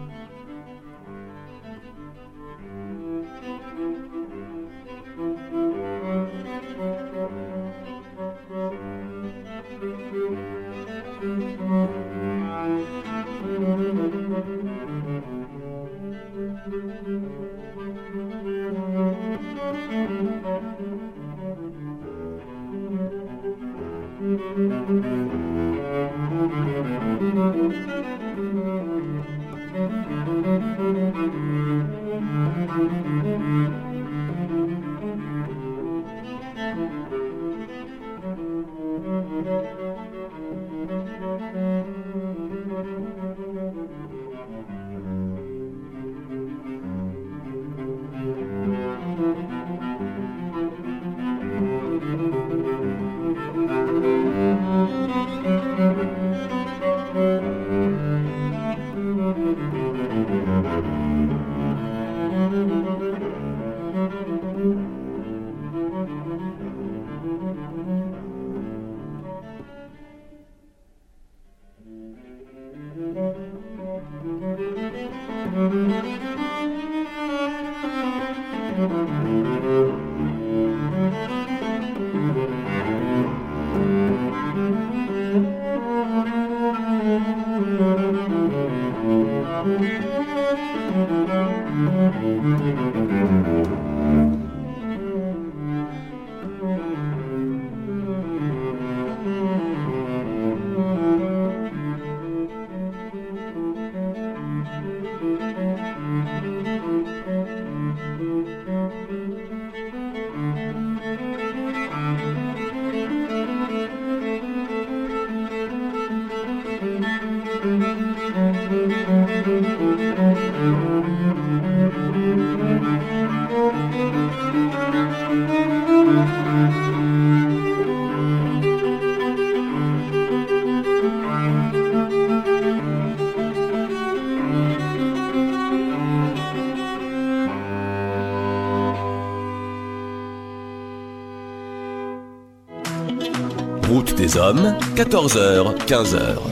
Route des hommes, quatorze heures, quinze heures.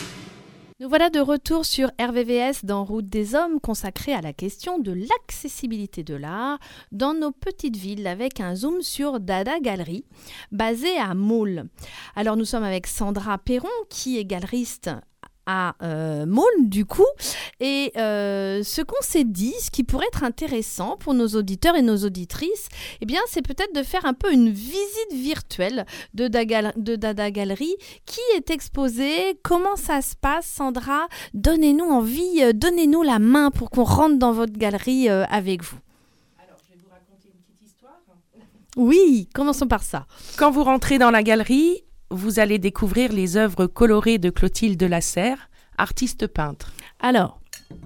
Nous voilà de retour sur R V V S dans Route des hommes, consacrée à la question de l'accessibilité de l'art dans nos petites villes, avec un zoom sur Dada Galerie, basée à Maule. Alors nous sommes avec Sandra Perron, qui est galeriste à euh, Maule du coup, et euh, ce qu'on s'est dit, ce qui pourrait être intéressant pour nos auditeurs et nos auditrices, eh bien c'est peut-être de faire un peu une visite virtuelle de Dada, de Dada Galerie, qui est exposée, comment ça se passe. Sandra, donnez-nous envie, euh, donnez-nous la main pour qu'on rentre dans votre galerie euh, avec vous. Alors je vais vous raconter une petite histoire. Oui, commençons par ça. Quand vous rentrez dans la galerie, vous allez découvrir les œuvres colorées de Clotilde Lasserre, artiste peintre. Alors,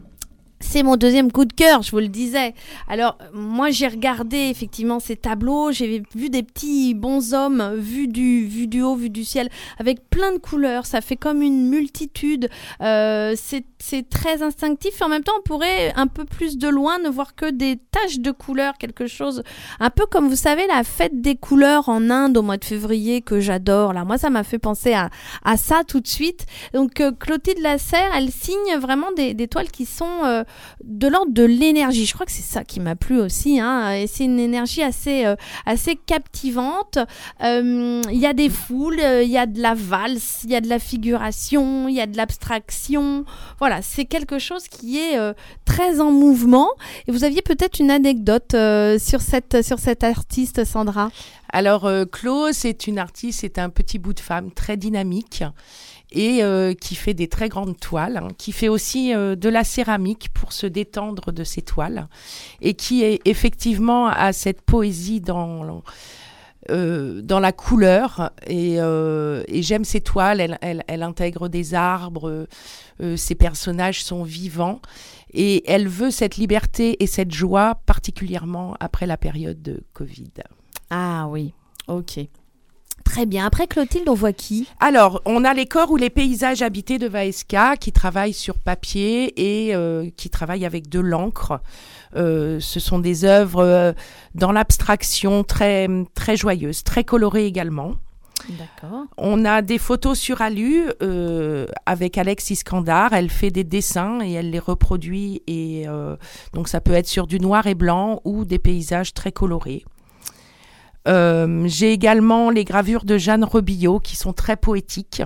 c'est mon deuxième coup de cœur, je vous le disais. Alors, moi, j'ai regardé effectivement ces tableaux, j'ai vu des petits bonshommes vus du, vus du haut, vus du ciel, avec plein de couleurs. Ça fait comme une multitude. Euh, c'est, c'est très instinctif. Et en même temps, on pourrait un peu plus de loin ne voir que des taches de couleurs, quelque chose un peu comme, vous savez, la fête des couleurs en Inde au mois de février que j'adore. Là, moi, ça m'a fait penser à, à ça tout de suite. Donc, euh, Clotilde Lasserre, elle signe vraiment des, des toiles qui sont euh, de l'ordre de l'énergie. Je crois que c'est ça qui m'a plu aussi, hein. Et c'est une énergie assez, euh, assez captivante. Euh, il y a des foules, il euh, y a de la valse, il y a de la figuration, il y a de l'abstraction. Voilà, c'est quelque chose qui est euh, très en mouvement. Et vous aviez peut-être une anecdote euh, sur, cette, sur cette artiste, Sandra? Alors, euh, Clo, c'est une artiste, c'est un petit bout de femme très dynamique. et euh, qui fait des très grandes toiles, hein, qui fait aussi euh, de la céramique pour se détendre de ces toiles et qui est effectivement a cette poésie dans euh, dans la couleur et, euh, et j'aime ces toiles. Elle, elle, elle intègre des arbres, euh, ses personnages sont vivants et elle veut cette liberté et cette joie particulièrement après la période de Covid. Ah oui, ok. Très bien. Après Clotilde, on voit qui ? Alors, on a les corps ou les paysages habités de Vaesca qui travaillent sur papier et euh, qui travaillent avec de l'encre. Euh, ce sont des œuvres euh, dans l'abstraction très, très joyeuses, très colorées également. D'accord. On a des photos sur alu euh, avec Alex Iskandar. Elle fait des dessins et elle les reproduit. Et, euh, donc, ça peut être sur du noir et blanc ou des paysages très colorés. Euh, j'ai également les gravures de Jeanne Rebillot qui sont très poétiques.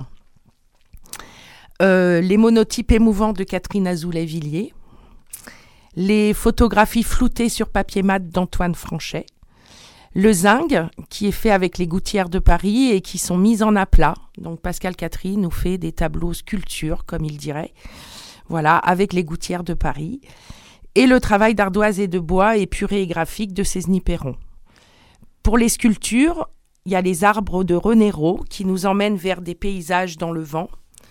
Euh, les monotypes émouvants de Catherine Azoulay-Villiers. Les photographies floutées sur papier mat d'Antoine Franchet. Le zinc qui est fait avec les gouttières de Paris et qui sont mises en aplat. Donc Pascal Catherine nous fait des tableaux sculptures, comme il dirait. Voilà, avec les gouttières de Paris. Et le travail d'ardoise et de bois épuré et graphique de Cesny-Perron. Pour les sculptures, il y a les arbres de René Rau qui nous emmènent vers des paysages dans le vent.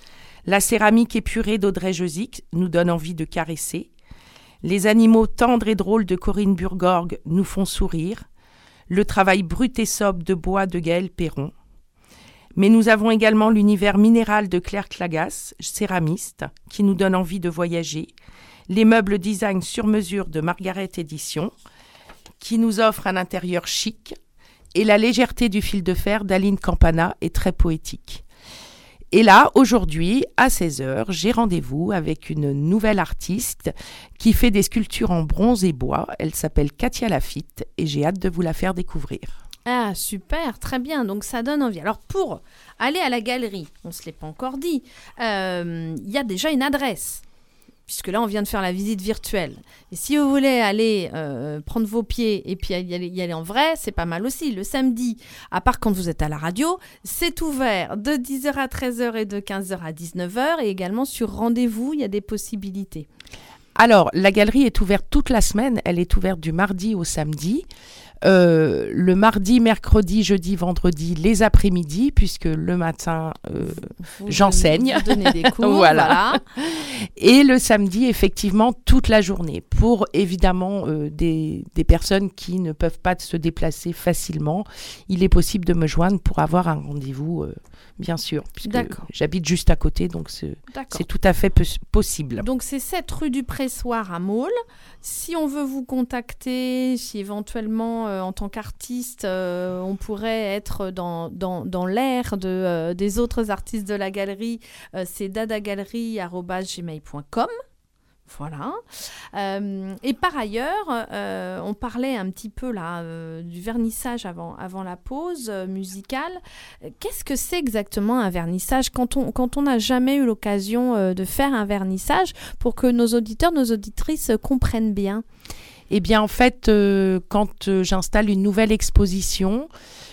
La céramique épurée d'Audrey Jeuzic nous donne envie de caresser. Les animaux tendres et drôles de Corinne Burgorgue nous font sourire. Le travail brut et sobre de bois de Gaël Perron. Mais nous avons également l'univers minéral de Claire Clagas, céramiste, qui nous donne envie de voyager. Les meubles design sur mesure de Margaret Éditions, qui nous offre un intérieur chic, et la légèreté du fil de fer d'Aline Campana est très poétique. Et là, aujourd'hui, à seize heures, j'ai rendez-vous avec une nouvelle artiste qui fait des sculptures en bronze et bois. Elle s'appelle Katia Lafitte et j'ai hâte de vous la faire découvrir. Ah, super, très bien, donc ça donne envie. Alors, pour aller à la galerie, on ne se l'est pas encore dit, il euh, y a déjà une adresse. Puisque là, on vient de faire la visite virtuelle. Et si vous voulez aller euh, prendre vos pieds et puis y aller, y aller en vrai, c'est pas mal aussi. Le samedi, à part quand vous êtes à la radio, c'est ouvert de dix heures à treize heures et de quinze heures à dix-neuf heures. Et également sur rendez-vous, il y a des possibilités. Alors, la galerie est ouverte toute la semaine. Elle est ouverte du mardi au samedi. Euh, le mardi, mercredi, jeudi, vendredi, les après-midi, puisque le matin, euh, vous j'enseigne. Vous donnez des cours, voilà. voilà. Et le samedi, effectivement, toute la journée. Pour, évidemment, euh, des, des personnes qui ne peuvent pas se déplacer facilement, il est possible de me joindre pour avoir un rendez-vous, euh, bien sûr. Puisque D'accord. j'habite juste à côté, donc c'est, c'est tout à fait pos- possible. Donc, c'est sept rue du Pressoir à Maule. Si on veut vous contacter, si éventuellement, euh, en tant qu'artiste, euh, on pourrait être dans, dans, dans l'air de, euh, des autres artistes de la galerie, euh, c'est dadagalerie arobase gmail point com. Voilà. Euh, et par ailleurs, euh, on parlait un petit peu là euh, du vernissage avant, avant la pause euh, musicale. Qu'est-ce que c'est exactement un vernissage quand on quand on n'a jamais eu l'occasion euh, de faire un vernissage pour que nos auditeurs, nos auditrices euh, comprennent bien? Eh bien, en fait, euh, quand euh, j'installe une nouvelle exposition,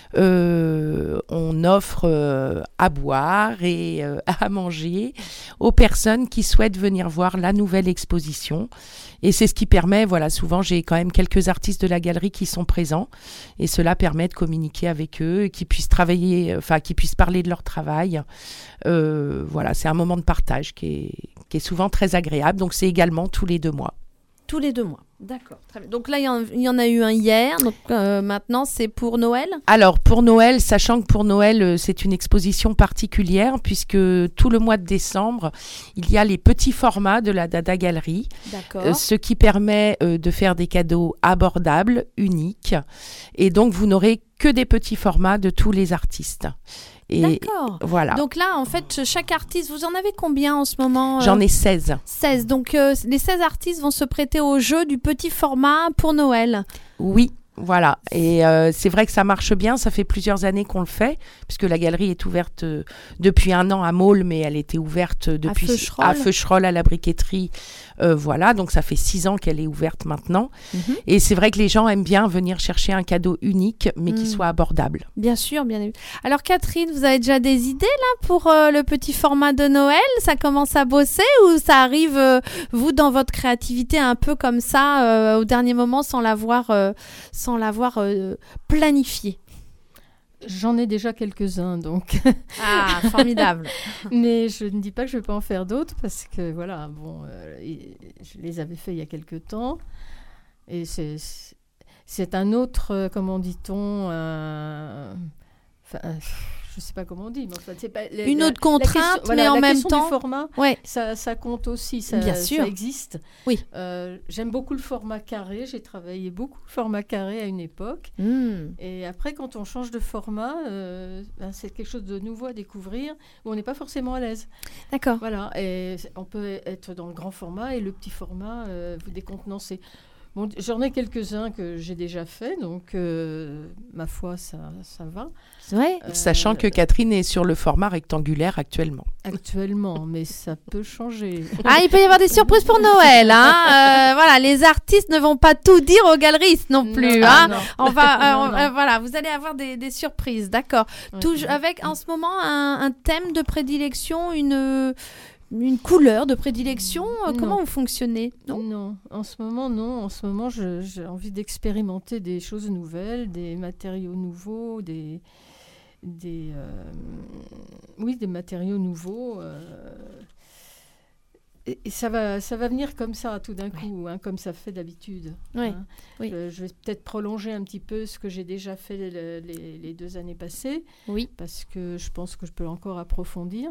Euh, on offre euh, à boire et euh, à manger aux personnes qui souhaitent venir voir la nouvelle exposition. Et c'est ce qui permet, voilà, souvent j'ai quand même quelques artistes de la galerie qui sont présents et cela permet de communiquer avec eux et qu'ils puissent travailler, enfin qu'ils puissent parler de leur travail. Euh, voilà, c'est un moment de partage qui est, qui est souvent très agréable. Donc c'est également tous les deux mois. Tous les deux mois, d'accord. Très bien. Donc là, il y, y en a eu un hier, donc euh, maintenant c'est pour Noël? Alors pour Noël, sachant que pour Noël, euh, c'est une exposition particulière puisque tout le mois de décembre, il y a les petits formats de la Dada Galerie, D'accord. euh, ce qui permet euh, de faire des cadeaux abordables, uniques, et donc vous n'aurez que des petits formats de tous les artistes. Et D'accord. Voilà. Donc là, en fait, chaque artiste, vous en avez combien en ce moment? J'en ai seize. seize. Donc euh, les seize artistes vont se prêter au jeu du petit format pour Noël. Oui. Voilà, et euh, c'est vrai que ça marche bien, ça fait plusieurs années qu'on le fait, puisque la galerie est ouverte euh, depuis un an à Maule, mais elle était ouverte depuis à Feucherolles, à, Feucherolles, à la briqueterie, euh, voilà, donc ça fait six ans qu'elle est ouverte maintenant, Mhm. et c'est vrai que les gens aiment bien venir chercher un cadeau unique, mais qui Mm. soit abordable. Bien sûr, bien évidemment. Alors Catherine, vous avez déjà des idées là pour euh, le petit format de Noël? Ça commence à bosser ou ça arrive, euh, vous, dans votre créativité, un peu comme ça, euh, au dernier moment, sans l'avoir, euh, sans l'avoir euh, planifié? J'en ai déjà quelques-uns, donc. Ah, formidable. Mais je ne dis pas que je ne vais pas en faire d'autres parce que, voilà, bon, euh, et- je les avais faits il y a quelques temps. Et c'est, c'est- c'est un autre, euh, comment dit-on, euh, enfin, euh, je ne sais pas comment on dit, mais enfin, c'est pas... la- Une la- autre la contrainte, question- voilà, mais en la même question temps... du format, Ouais. ça, ça compte aussi, ça, Bien sûr. ça existe. Oui. Euh, j'aime beaucoup le format carré, j'ai travaillé beaucoup le format carré à une époque. Mm. Et après, quand on change de format, euh, ben, c'est quelque chose de nouveau à découvrir où on n'est pas forcément à l'aise. D'accord. Voilà, et c- on peut être dans le grand format et le petit format, euh, vous décontenancer. Bon, j'en ai quelques-uns que j'ai déjà fait, donc euh, ma foi, ça, ça va. Ouais. Euh, Sachant que Catherine est sur le format rectangulaire actuellement. Actuellement, mais ça peut changer. Ah, il peut y avoir des surprises pour Noël, hein. Euh, voilà, les artistes ne vont pas tout dire aux galeristes non plus, Non, hein. non. On va, euh, Non, on- non. euh, voilà, vous allez avoir des, des surprises, d'accord. Ouais. Toujours avec en ce moment un, un thème de prédilection, une une couleur de prédilection. euh, Non. Comment vous fonctionnez? Non. Non, en ce moment, non. En ce moment, je- j'ai envie d'expérimenter des choses nouvelles, des matériaux nouveaux, des, des, euh, oui, des matériaux nouveaux. euh, et, et ça va, ça va venir comme ça, tout d'un coup, hein, comme ça fait d'habitude. Ouais, hein. oui. Euh, je vais peut-être prolonger un petit peu ce que j'ai déjà fait le- les, les deux années passées, Oui. parce que je pense que je peux encore approfondir.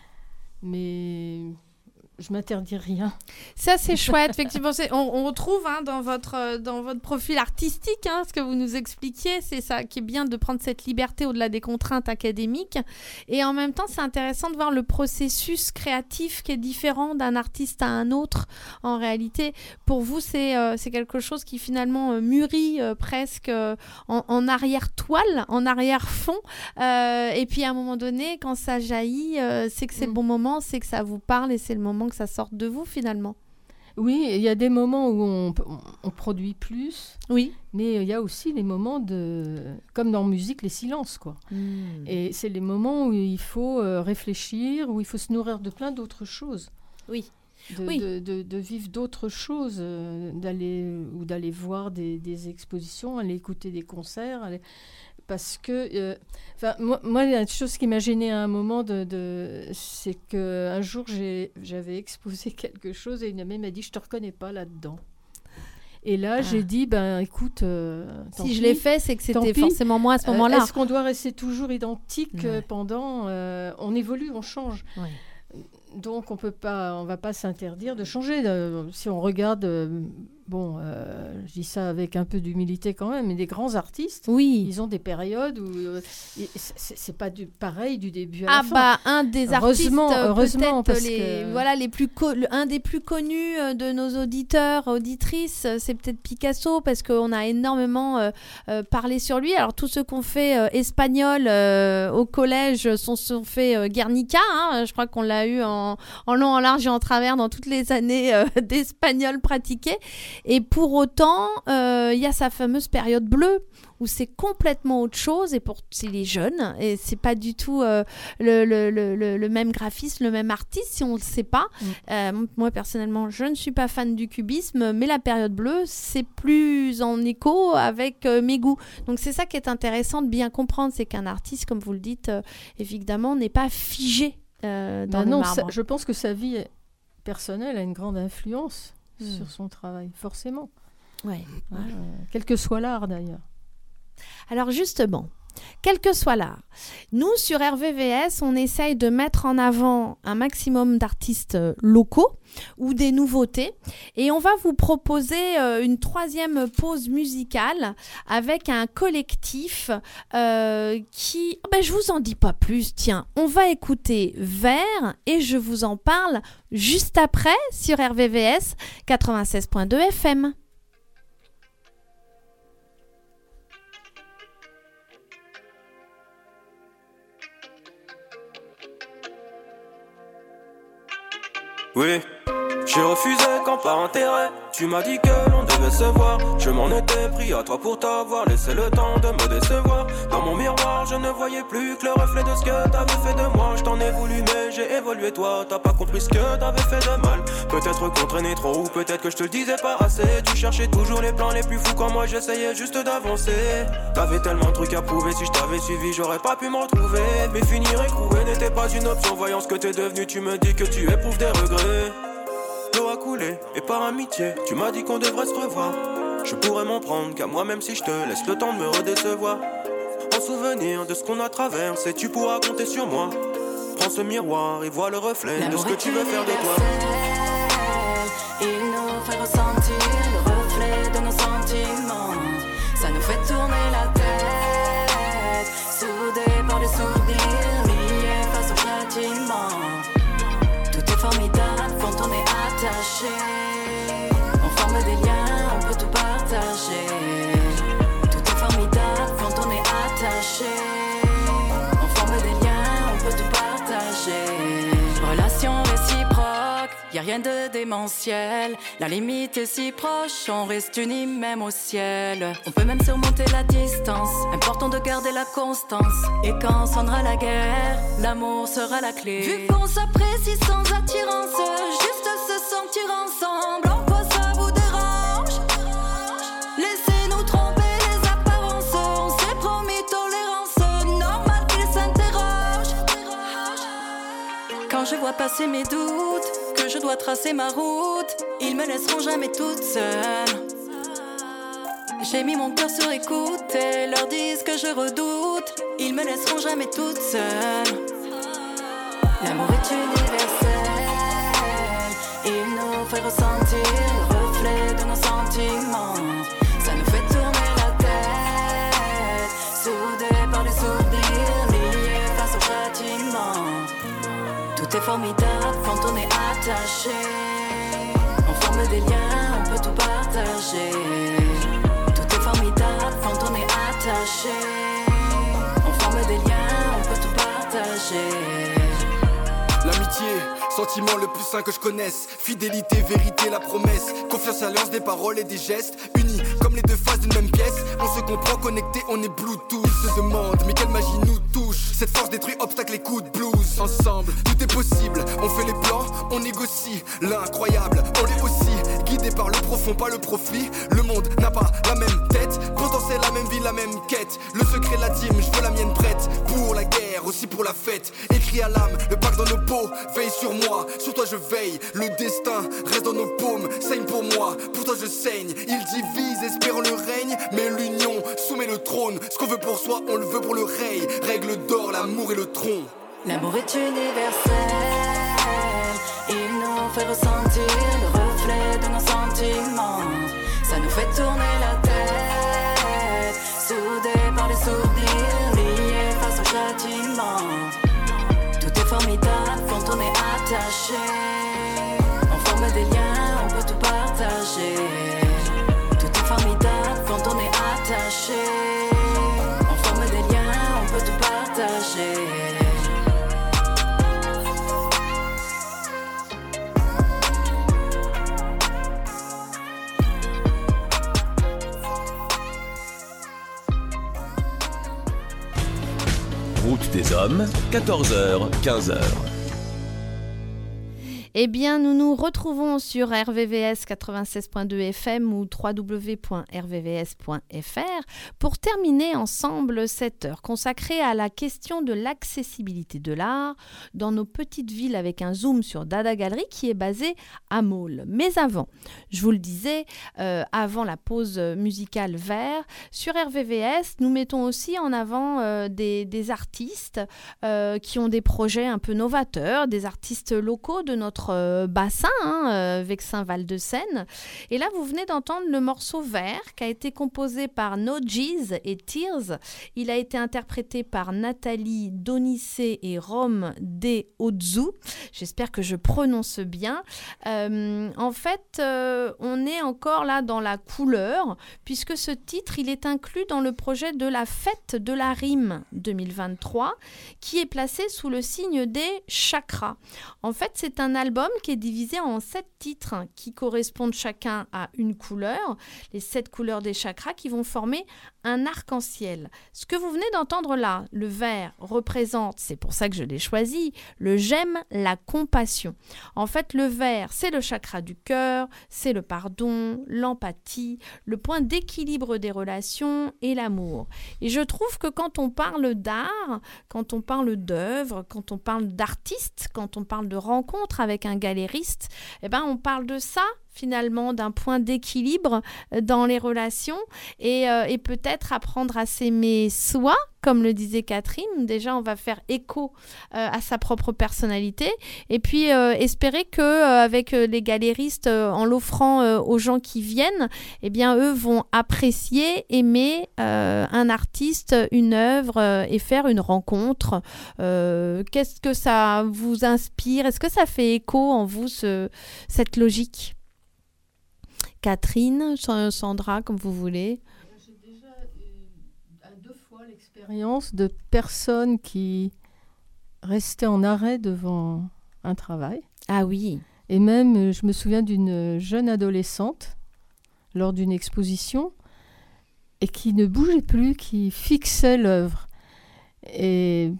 Mais je m'interdis rien. Ça, c'est chouette, effectivement. C'est- On, on retrouve hein, dans, votre, euh, dans votre profil artistique, hein, ce que vous nous expliquiez. C'est ça qui est bien de prendre cette liberté au-delà des contraintes académiques. Et en même temps, c'est intéressant de voir le processus créatif qui est différent d'un artiste à un autre. En réalité, pour vous, c'est euh, c'est quelque chose qui finalement euh, mûrit euh, presque euh, en, en arrière-toile, en arrière-fond. Euh, et puis, à un moment donné, quand ça jaillit, euh, c'est que c'est le Mm. bon moment, c'est que ça vous parle et c'est le moment que ça sorte de vous finalement. Oui, il y a des moments où on, on- on produit plus, Oui. mais il y a aussi les moments de, comme dans la musique, les silences, quoi. Et c'est les moments où il faut euh, réfléchir, où il faut se nourrir de plein d'autres choses. Oui. De, Oui. de, de- de vivre d'autres choses, euh, d'aller ou d'aller voir des, des expositions, aller écouter des concerts, aller- parce que, euh, enfin, moi, moi, il y a une chose qui m'a gênée à un moment, de, de- c'est qu'un jour, j'ai- j'avais exposé quelque chose et une amie m'a dit, je te reconnais pas là-dedans. Et là, Ah. j'ai dit, ben écoute, euh, tant Si je pis. l'ai fait, c'est que Tant c'était pis. forcément moi à ce Euh, moment-là. Est-ce qu'on doit rester toujours identique euh, Ouais. pendant euh, On évolue, on change. Ouais. Donc on peut pas, on va pas s'interdire de changer. Euh, si on regarde, euh, bon, euh, je dis ça avec un peu d'humilité quand même, mais des grands artistes, Oui. ils ont des périodes où euh, et c'est c'est pas du pareil du début à Ah la fin. bah un des artistes Heureusement, euh, heureusement, peut-être parce les que- voilà les plus co- le- un des plus connus euh, de nos auditeurs auditrices, euh, c'est peut-être Picasso parce qu'on a énormément euh, euh, parlé sur lui. Alors tous ceux qu'on fait euh, espagnol euh, au collège sont sont fait euh, Guernica, hein. Je crois qu'on l'a eu en, en long, en large et en travers dans toutes les années euh, d'espagnol pratiqué. Et pour autant, euh, il y a sa fameuse période bleue où c'est complètement autre chose et pour c'est les jeunes et c'est pas du tout euh, le, le, le, le, le même graphiste, le même artiste si on le sait pas. Mm. Euh, moi personnellement, je ne suis pas fan du cubisme, mais la période bleue c'est plus en écho avec euh, mes goûts. Donc c'est ça qui est intéressant de bien comprendre, c'est qu'un artiste, comme vous le dites, euh, évidemment, n'est pas figé euh, dans Ben le non, marbre. ça- je pense que sa vie personnelle a une grande influence Mm. sur son travail, forcément. Ouais. Euh, quel que soit l'art d'ailleurs. Alors justement, quel que soit l'art, nous sur R V V S, on essaye de mettre en avant un maximum d'artistes euh, locaux ou des nouveautés et on va vous proposer euh, une troisième pause musicale avec un collectif euh, qui... Oh ben, je vous en dis pas plus, tiens, on va écouter Vert et je vous en parle juste après sur R V V S quatre-vingt-seize point deux F M. Oui, j'ai refusé quand par intérêt. Tu m'as dit que l'on devait se voir. Je m'en étais pris à toi pour t'avoir laissé le temps de me décevoir. Dans mon miroir, je ne voyais plus que le reflet de ce que t'avais fait de moi. Je t'en ai voulu mais j'ai évolué toi. T'as pas compris ce que t'avais fait de mal. Peut-être qu'on traînait trop ou peut-être que je te le disais pas assez. Tu cherchais toujours les plans les plus fous quand moi j'essayais juste d'avancer. T'avais tellement de trucs à prouver. Si je t'avais suivi j'aurais pas pu me retrouver. Mais finir écroué n'était pas une option. Voyant ce que t'es devenu, tu me dis que tu éprouves des regrets. L'eau a coulé, et par amitié, tu m'as dit qu'on devrait se revoir. Je pourrais m'en prendre qu'à moi même si je te laisse le temps de me redécevoir. En souvenir de ce qu'on a traversé, tu pourras compter sur moi. Prends ce miroir et vois le reflet de ce que tu veux faire de toi. Il nous fait ressentir le reflet de nos sentiments. Ça nous fait tourner la tête, soudés par les souvenirs, liés face au châtiment. Tout est formidable quand on est attaché. On forme des liens, on peut tout partager. Tout est formidable quand on est attaché. On forme des liens, on peut tout partager. Relation réciproque, y'a rien de démentiel. La limite est si proche, on reste unis même au ciel. On peut même surmonter la distance, important de garder la constance. Et quand sonnera la guerre, l'amour sera la clé. Vu qu'on s'apprécie sans attirance, juste se sentir ensemble. En quoi ça vous dérange? Laissez-nous tromper les apparences. On s'est promis tolérance, normal qu'ils s'interrogent. Quand je vois passer mes doutes, que je dois tracer ma route, ils me laisseront jamais toute seule. J'ai mis mon cœur sur écoute et leur disent que je redoute. Ils me laisseront jamais toute seule. L'amour est universel. Il nous fait ressentir le reflet de nos sentiments. Ça nous fait tourner la tête, soudés par les souvenirs, liés face au châtiment. Tout est formidable quand on est attaché. On forme des liens, on peut tout partager. Tout est formidable quand on est attaché. On forme des liens, on peut tout partager. L'amitié, sentiment le plus sain que je connaisse. Fidélité, vérité, la promesse. Confiance, alliance des paroles et des gestes. Unis comme les deux faces d'une même pièce. On se comprend, connectés, on est Bluetooth. Se demande, mais quelle magie nous touche. Cette force détruit obstacles et coups de blues. Ensemble, tout est possible. On fait les plans, on négocie. L'incroyable, on l'est aussi. Guidé par le profond, pas le profit. Le monde n'a pas la même tête. Pourtant c'est la même vie, la même quête. Le secret, la team, je veux la mienne prête. Pour la guerre, aussi pour la fête. Écrit à l'âme, le pacte dans nos peaux. Veille sur moi, sur toi je veille. Le destin reste dans nos paumes. Saigne pour moi, pour toi je saigne. Il divise, espérant le règne. Mais l'union soumet le trône. Ce qu'on veut pour soi, on le veut pour le rey. Règle d'or, l'amour et le tronc. L'amour est universel. Il nous fait ressentir le reflet de nos sentiments. Ça nous fait tourner la tête, soudés par les souvenirs, liés face au châtiment. Tout est formidable quand on est attaché. On forme des liens, on peut tout partager. Tout est formidable quand on est attaché. On forme des liens, on peut tout partager. Route des hommes, quatorze heures, quinze heures. Eh bien, nous nous retrouvons sur R V V S quatre-vingt-seize point deux F M ou w w w point r v v s point f r pour terminer ensemble cette heure consacrée à la question de l'accessibilité de l'art dans nos petites villes avec un zoom sur Dada Galerie qui est basé à Maule. Mais avant, je vous le disais, euh, avant la pause musicale vert, sur R V V S, nous mettons aussi en avant euh, des, des artistes euh, qui ont des projets un peu novateurs, des artistes locaux de notre Euh, bassin, hein, euh, Vexin-Val-de-Seine. Et là, vous venez d'entendre le morceau Vert qui a été composé par No G's et Tears. Il a été interprété par Nathalie Donissé et Rome De Ozu. J'espère que je prononce bien. Euh, en fait, euh, on est encore là dans la couleur puisque ce titre, il est inclus dans le projet de la Fête de la Rime deux mille vingt-trois qui est placé sous le signe des chakras. En fait, c'est un album album qui est divisé en sept titres hein, qui correspondent chacun à une couleur, les sept couleurs des chakras qui vont former un arc-en-ciel. Ce que vous venez d'entendre là, le vert représente, c'est pour ça que je l'ai choisi, le j'aime, la compassion. En fait, le vert, c'est le chakra du cœur, c'est le pardon, l'empathie, le point d'équilibre des relations et l'amour. Et je trouve que quand on parle d'art, quand on parle d'œuvre, quand on parle d'artiste, quand on parle de rencontre avec un galériste, eh ben on parle de ça finalement, d'un point d'équilibre dans les relations et, euh, et peut-être apprendre à s'aimer soi, comme le disait Catherine. Déjà, on va faire écho euh, à sa propre personnalité et puis euh, espérer qu'avec euh, les galéristes, euh, en l'offrant euh, aux gens qui viennent, eh bien, eux vont apprécier, aimer euh, un artiste, une œuvre euh, et faire une rencontre. Euh, qu'est-ce que ça vous inspire? Est-ce que ça fait écho en vous, ce, cette logique? Catherine, Sandra, comme vous voulez. J'ai déjà eu à deux fois l'expérience de personnes qui restaient en arrêt devant un travail. Ah oui. Et même, je me souviens d'une jeune adolescente lors d'une exposition et qui ne bougeait plus, qui fixait l'œuvre. Et,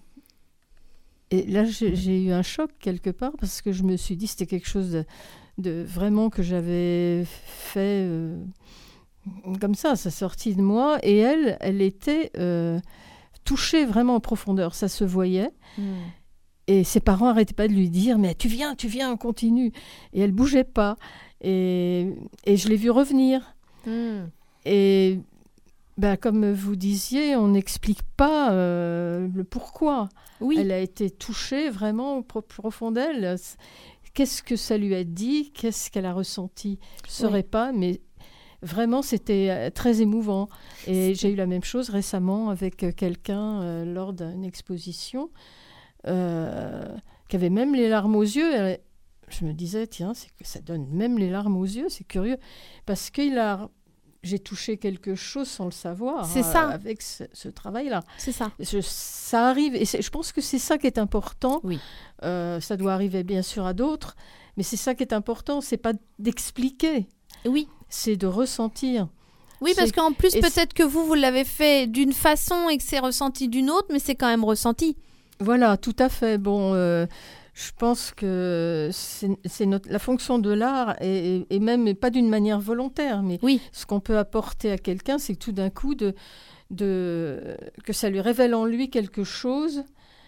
et là, j'ai, j'ai eu un choc quelque part parce que je me suis dit que c'était quelque chose de... De, vraiment que j'avais fait euh, comme ça, ça sortit de moi. Et elle, elle était euh, touchée vraiment en profondeur, ça se voyait. Mm. Et ses parents n'arrêtaient pas de lui dire « Mais tu viens, tu viens, on continue !» Et elle ne bougeait pas. Et, et je l'ai vue revenir. Mm. Et ben, comme vous disiez, on n'explique pas euh, le pourquoi. Oui. Elle a été touchée vraiment au profond d'elle. Qu'est-ce que ça lui a dit? Qu'est-ce qu'elle a ressenti? Je ne saurais oui. pas, mais vraiment, c'était très émouvant. Et j'ai eu la même chose récemment avec quelqu'un euh, lors d'une exposition euh, qui avait même les larmes aux yeux. Elle, je me disais, tiens, c'est que ça donne même les larmes aux yeux, c'est curieux. Parce qu'il a... J'ai touché quelque chose sans le savoir. C'est ça. Euh, avec ce, ce travail-là. C'est ça. Je, ça arrive. Et je pense que c'est ça qui est important. Oui. Euh, ça doit arriver bien sûr à d'autres. Mais c'est ça qui est important. C'est pas d'expliquer. Oui. C'est de ressentir. Oui, c'est... parce qu'en plus, et peut-être c'est... que vous, vous l'avez fait d'une façon et que c'est ressenti d'une autre, mais c'est quand même ressenti. Voilà, tout à fait. Bon... Euh, Je pense que c'est, c'est notre, la fonction de l'art, et, et même pas d'une manière volontaire, mais oui. ce qu'on peut apporter à quelqu'un, c'est que tout d'un coup, de, de, que ça lui révèle en lui quelque chose.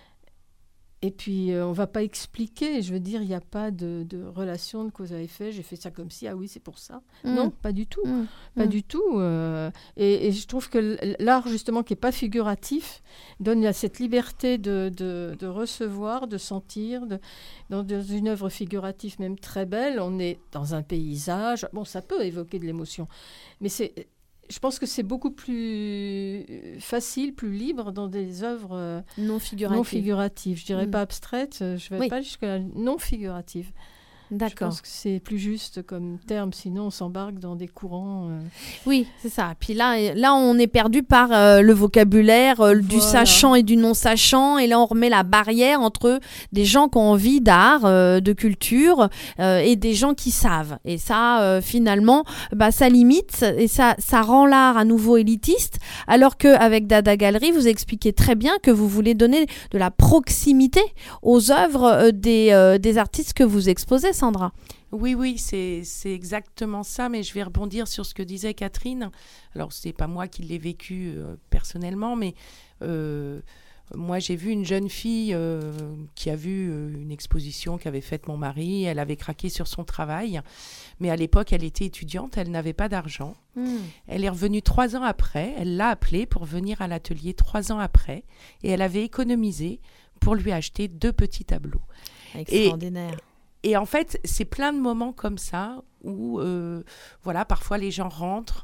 Et puis, euh, on ne va pas expliquer. Je veux dire, il n'y a pas de, de relation de cause à effet. J'ai fait ça comme si, ah oui, c'est pour ça. Mmh. Non, pas du tout. Mmh. Pas mmh. du tout. Euh, et, et je trouve que l'art, justement, qui n'est pas figuratif, donne à cette liberté de, de, de recevoir, de sentir. De, dans, dans une œuvre figurative, même très belle, on est dans un paysage. Bon, ça peut évoquer de l'émotion. Mais c'est... Je pense que c'est beaucoup plus facile, plus libre dans des œuvres euh, non figuratives. Non figuratives. Je dirais mmh. pas abstraites, je ne vais oui. pas jusqu'à non figuratives. D'accord. Je pense que c'est plus juste comme terme, sinon on s'embarque dans des courants. Euh... Oui, c'est ça. Puis là, là on est perdu par euh, le vocabulaire euh, voilà. du sachant et du non-sachant. Et là, on remet la barrière entre des gens qui ont envie d'art, euh, de culture, euh, et des gens qui savent. Et ça, euh, finalement, bah, ça limite et ça, ça rend l'art à nouveau élitiste. Alors qu'avec Dada Galerie, vous expliquez très bien que vous voulez donner de la proximité aux œuvres euh, des, euh, des artistes que vous exposez, Sandra. Oui, oui, c'est, c'est exactement ça, mais je vais rebondir sur ce que disait Catherine. Alors, ce n'est pas moi qui l'ai vécu euh, personnellement, mais euh, moi, j'ai vu une jeune fille euh, qui a vu euh, une exposition qu'avait faite mon mari. Elle avait craqué sur son travail, mais à l'époque, elle était étudiante, elle n'avait pas d'argent. Mmh. Elle est revenue trois ans après, elle l'a appelé pour venir à l'atelier trois ans après, et elle avait économisé pour lui acheter deux petits tableaux. Extraordinaire. Et, Et en fait, c'est plein de moments comme ça où, euh, voilà, parfois les gens rentrent.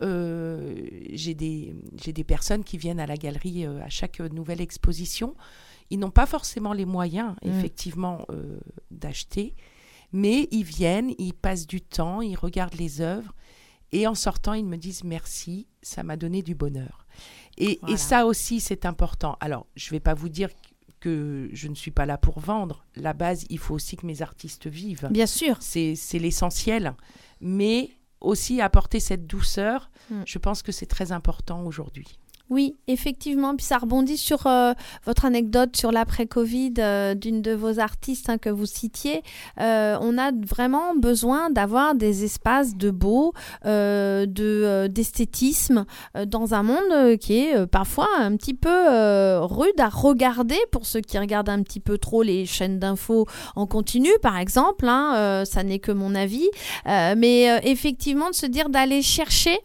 Euh, j'ai des, j'ai des personnes qui viennent à la galerie euh, à chaque nouvelle exposition. Ils n'ont pas forcément les moyens, mmh. effectivement, euh, d'acheter. Mais ils viennent, ils passent du temps, ils regardent les œuvres. Et en sortant, ils me disent « merci, ça m'a donné du bonheur ». Et, voilà. et ça aussi, c'est important. Alors, je ne vais pas vous dire que je ne suis pas là pour vendre. La base, il faut aussi que mes artistes vivent. Bien sûr. C'est, c'est l'essentiel. Mais aussi apporter cette douceur, mm. je pense que c'est très important aujourd'hui. Oui, effectivement. Puis ça rebondit sur euh, votre anecdote sur l'après-Covid euh, d'une de vos artistes hein, que vous citiez. Euh, on a vraiment besoin d'avoir des espaces de beau, euh, de, euh, d'esthétisme euh, dans un monde euh, qui est euh, parfois un petit peu euh, rude à regarder pour ceux qui regardent un petit peu trop les chaînes d'infos en continu, par exemple. Hein, euh, ça n'est que mon avis. Euh, mais euh, effectivement, de se dire d'aller chercher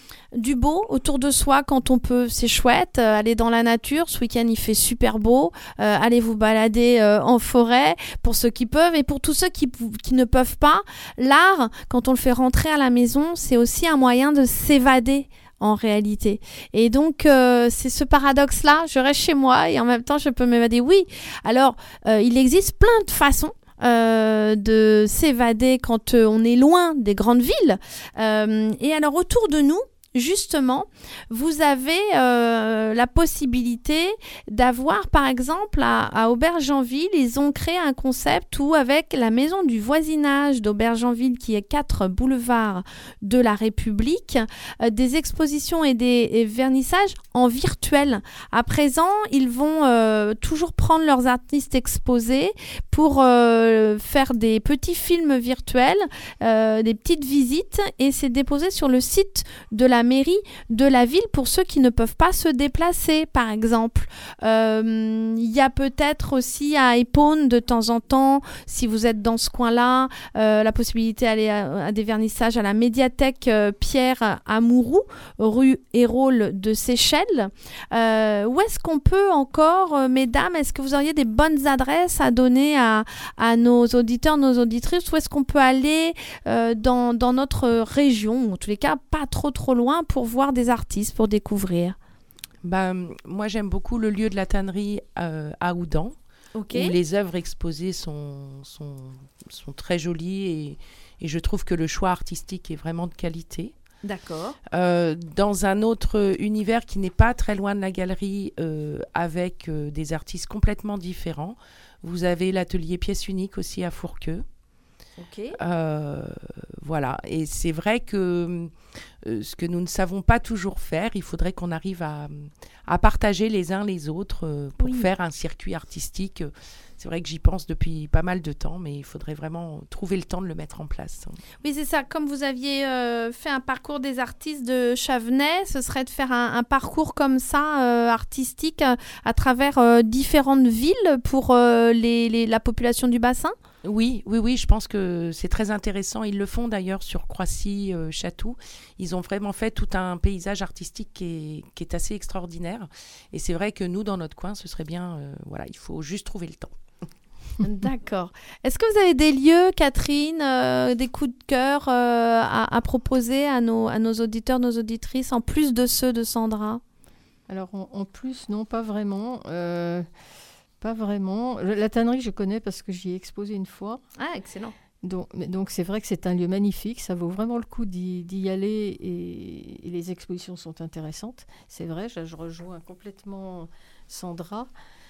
du beau autour de soi quand on peut, c'est chouette. Euh, aller dans la nature, ce week-end il fait super beau. Euh, allez vous balader euh, en forêt pour ceux qui peuvent et pour tous ceux qui, qui ne peuvent pas. L'art, quand on le fait rentrer à la maison, c'est aussi un moyen de s'évader en réalité. Et donc, euh, c'est ce paradoxe-là. Je reste chez moi et en même temps, je peux m'évader. Oui, alors, euh, il existe plein de façons Euh, de s'évader quand euh, on est loin des grandes villes. Euh, et alors, autour de nous, justement, vous avez euh, la possibilité d'avoir, par exemple, à, à Aubergenville, ils ont créé un concept où, avec la maison du voisinage d'Aubergenville, qui est quatre boulevards de la République, euh, des expositions et des et vernissages en virtuel. À présent, ils vont euh, toujours prendre leurs artistes exposés pour euh, faire des petits films virtuels, euh, des petites visites, et c'est déposé sur le site de la mairie de la ville pour ceux qui ne peuvent pas se déplacer, par exemple. Il euh, y a peut-être aussi à Épône, de temps en temps, si vous êtes dans ce coin-là, euh, la possibilité d'aller à, à des vernissages à la médiathèque euh, Pierre Amouroux, rue Hérole de Seychelles. Euh, où est-ce qu'on peut encore, euh, mesdames, est-ce que vous auriez des bonnes adresses à donner à, à nos auditeurs, nos auditrices? Où est-ce qu'on peut aller euh, dans, dans notre région, ou en tous les cas, pas trop trop loin, pour voir des artistes, pour découvrir? Bah, moi, j'aime beaucoup le lieu de la tannerie euh, à Oudan, okay. où les œuvres exposées sont, sont, sont très jolies et, et je trouve que le choix artistique est vraiment de qualité. D'accord. Euh, dans un autre univers qui n'est pas très loin de la galerie, euh, avec euh, des artistes complètement différents, vous avez l'atelier Pièce Unique aussi à Fourqueux. Okay. Euh, voilà, et c'est vrai que euh, ce que nous ne savons pas toujours faire, il faudrait qu'on arrive à, à partager les uns les autres euh, pour oui. faire un circuit artistique. C'est vrai que j'y pense depuis pas mal de temps, mais il faudrait vraiment trouver le temps de le mettre en place. Oui, c'est ça. Comme vous aviez euh, fait un parcours des artistes de Chavenay, ce serait de faire un, un parcours comme ça, euh, artistique, à, à travers euh, différentes villes pour euh, les, les, la population du bassin? Oui, oui, oui, je pense que c'est très intéressant. Ils le font d'ailleurs sur Croissy, euh, Chatou. Ils ont vraiment fait tout un paysage artistique qui est, qui est assez extraordinaire. Et c'est vrai que nous, dans notre coin, ce serait bien... Euh, voilà, il faut juste trouver le temps. D'accord. Est-ce que vous avez des lieux, Catherine, euh, des coups de cœur euh, à, à proposer à nos, à nos auditeurs, nos auditrices, en plus de ceux de Sandra? Alors, en, en plus, non, pas vraiment. Euh, pas vraiment. La tannerie, je connais parce que j'y ai exposé une fois. Ah, excellent. Donc, mais, donc c'est vrai que c'est un lieu magnifique. Ça vaut vraiment le coup d'y, d'y aller et, et les expositions sont intéressantes. C'est vrai, je, je rejoins complètement Sandra.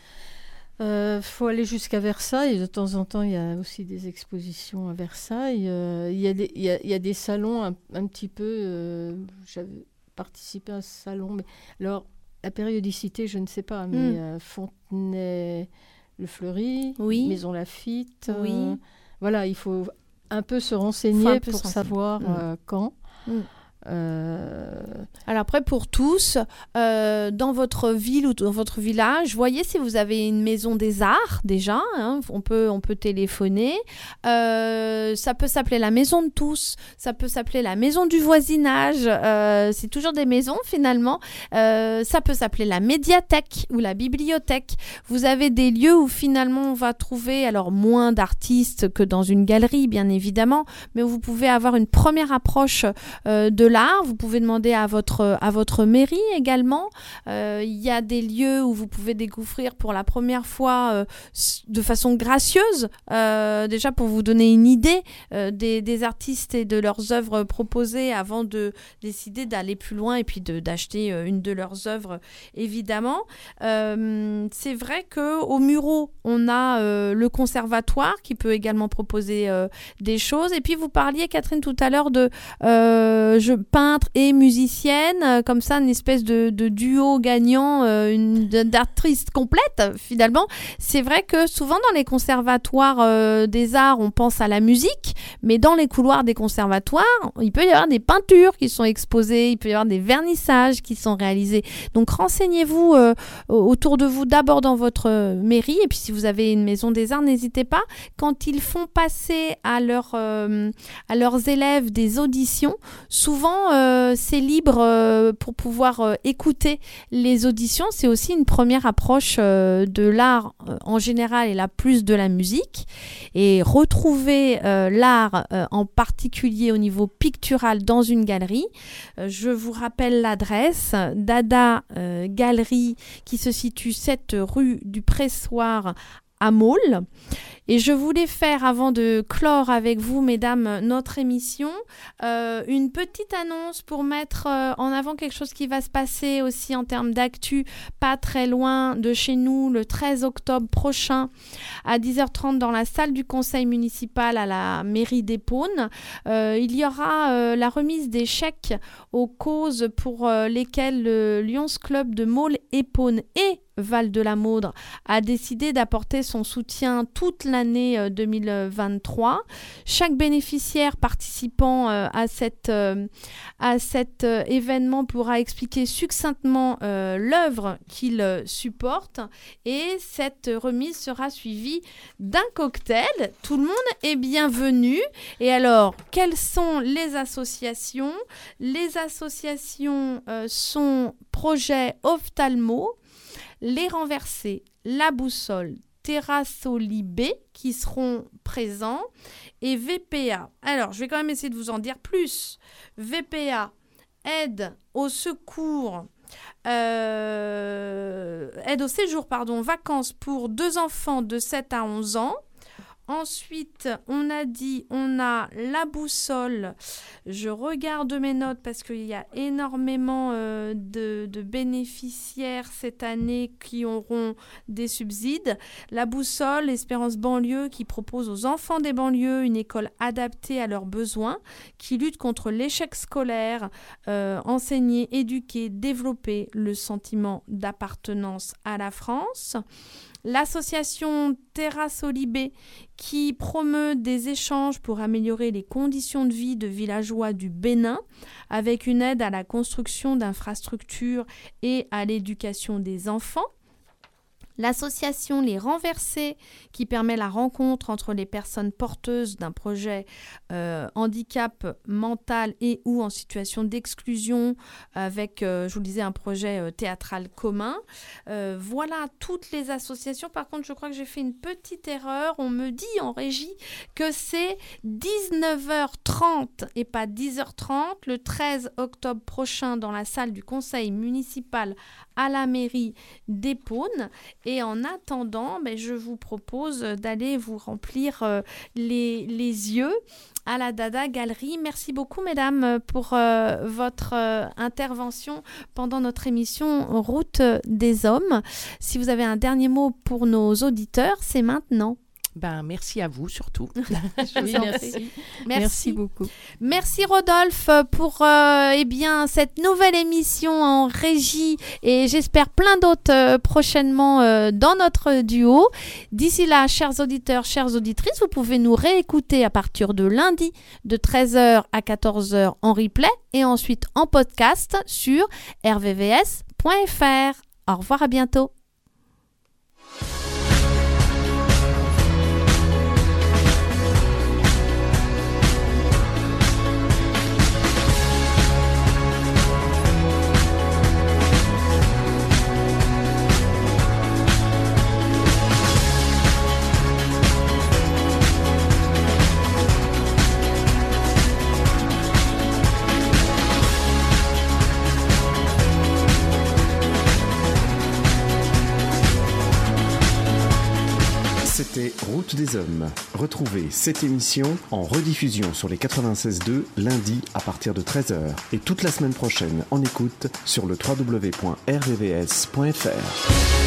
Il euh, faut aller jusqu'à Versailles. De temps en temps, il y a aussi des expositions à Versailles. Euh, il, y a des, il, y a, il y a des salons un, un petit peu... Euh, j'avais participé à un salon. Mais, alors, la périodicité, je ne sais pas. Mais mm. euh, Fontenay-le-Fleury, oui. Maison Lafitte. Oui. Euh, voilà, il faut un peu se renseigner peu pour savoir mm. euh, quand. Mm. Euh... Alors après, pour tous, euh, dans votre ville ou dans votre village, voyez si vous avez une maison des arts déjà, hein, on peut, on peut téléphoner. Euh, ça peut s'appeler la maison de tous, ça peut s'appeler la maison du voisinage, euh, c'est toujours des maisons finalement. Euh, ça peut s'appeler la médiathèque ou la bibliothèque. Vous avez des lieux où finalement on va trouver alors moins d'artistes que dans une galerie bien évidemment, mais où vous pouvez avoir une première approche euh, de l'art. Vous pouvez demander à votre, à votre mairie également. Euh, il y a des lieux où vous pouvez découvrir pour la première fois euh, de façon gracieuse, euh, déjà pour vous donner une idée euh, des, des artistes et de leurs œuvres proposées avant de décider d'aller plus loin et puis de, d'acheter euh, une de leurs œuvres, évidemment. Euh, c'est vrai qu'au Murau, on a euh, le conservatoire qui peut également proposer euh, des choses. Et puis, vous parliez, Catherine, tout à l'heure de euh, je, peintre et musicienne, euh, comme ça, une espèce de, de duo gagnant, euh, une, d'artiste complète, finalement. C'est vrai que souvent, dans les conservatoires euh, des arts, on pense à la musique, mais dans les couloirs des conservatoires, il peut y avoir des peintures qui sont exposées, il peut y avoir des vernissages qui sont réalisés. Donc, renseignez-vous euh, autour de vous, d'abord dans votre mairie, et puis si vous avez une maison des arts, n'hésitez pas. Quand ils font passer à, leur, euh, à leurs élèves des auditions, souvent euh, c'est libre euh, pour pouvoir euh, écouter les auditions. C'est aussi une première approche euh, de l'art euh, en général et là plus de la musique. Et retrouver euh, l'art euh, en particulier au niveau pictural dans une galerie. Euh, je vous rappelle l'adresse, Dada euh, Galerie, qui se situe sept rue du Pressoir à Maule. Et je voulais faire, avant de clore avec vous, mesdames, notre émission, euh, une petite annonce pour mettre euh, en avant quelque chose qui va se passer aussi en termes d'actu, pas très loin de chez nous, le treize octobre prochain, à dix heures trente, dans la salle du conseil municipal à la mairie d'Épône. Euh, il y aura euh, la remise des chèques aux causes pour euh, lesquelles le Lions Club de Maule-Épône et Val-de-la-Maudre a décidé d'apporter son soutien toute l'année deux mille vingt-trois. Chaque bénéficiaire participant euh, à, cette, euh, à cet euh, événement pourra expliquer succinctement euh, l'œuvre qu'il euh, supporte et cette remise sera suivie d'un cocktail. Tout le monde est bienvenu. Et alors, quelles sont les associations ? Les associations euh, sont Projet Ophtalmo, Les Renversés, La Boussole, Terrasolibé qui seront présents et V P A. Alors, je vais quand même essayer de vous en dire plus. V P A, aide au secours, euh, aide au séjour, pardon, vacances pour deux enfants de sept à onze ans. Ensuite, on a dit, on a La Boussole. Je regarde mes notes parce qu'il y a énormément euh, de, de bénéficiaires cette année qui auront des subsides. La Boussole, Espérance Banlieue, qui propose aux enfants des banlieues une école adaptée à leurs besoins, qui lutte contre l'échec scolaire, euh, enseigner, éduquer, développer le sentiment d'appartenance à la France. L'association Terrasolibé qui promeut des échanges pour améliorer les conditions de vie de villageois du Bénin avec une aide à la construction d'infrastructures et à l'éducation des enfants. L'association Les Renversés qui permet la rencontre entre les personnes porteuses d'un projet euh, handicap mental et ou en situation d'exclusion avec, euh, je vous le disais, un projet euh, théâtral commun. Euh, voilà toutes les associations. Par contre, je crois que j'ai fait une petite erreur. On me dit en régie que c'est dix-neuf heures trente et pas dix heures trente le treize octobre prochain dans la salle du conseil municipal à la mairie d'Épône. Et en attendant, ben, je vous propose d'aller vous remplir euh, les, les yeux à la Dada Galerie. Merci beaucoup, mesdames, pour euh, votre euh, intervention pendant notre émission Route des Hommes. Si vous avez un dernier mot pour nos auditeurs, c'est maintenant. Ben, merci à vous surtout. Je oui, merci. merci. Merci beaucoup. Merci Rodolphe pour euh, eh bien, cette nouvelle émission en régie et j'espère plein d'autres euh, prochainement euh, dans notre duo. D'ici là, chers auditeurs, chères auditrices, vous pouvez nous réécouter à partir de lundi de treize heures à quatorze heures en replay et ensuite en podcast sur r v v s point f r. Au revoir, à bientôt. C'était Route des Hommes. Retrouvez cette émission en rediffusion sur les quatre-vingt-seize deux lundi à partir de treize heures et toute la semaine prochaine en écoute sur le w w w point r v v s point f r.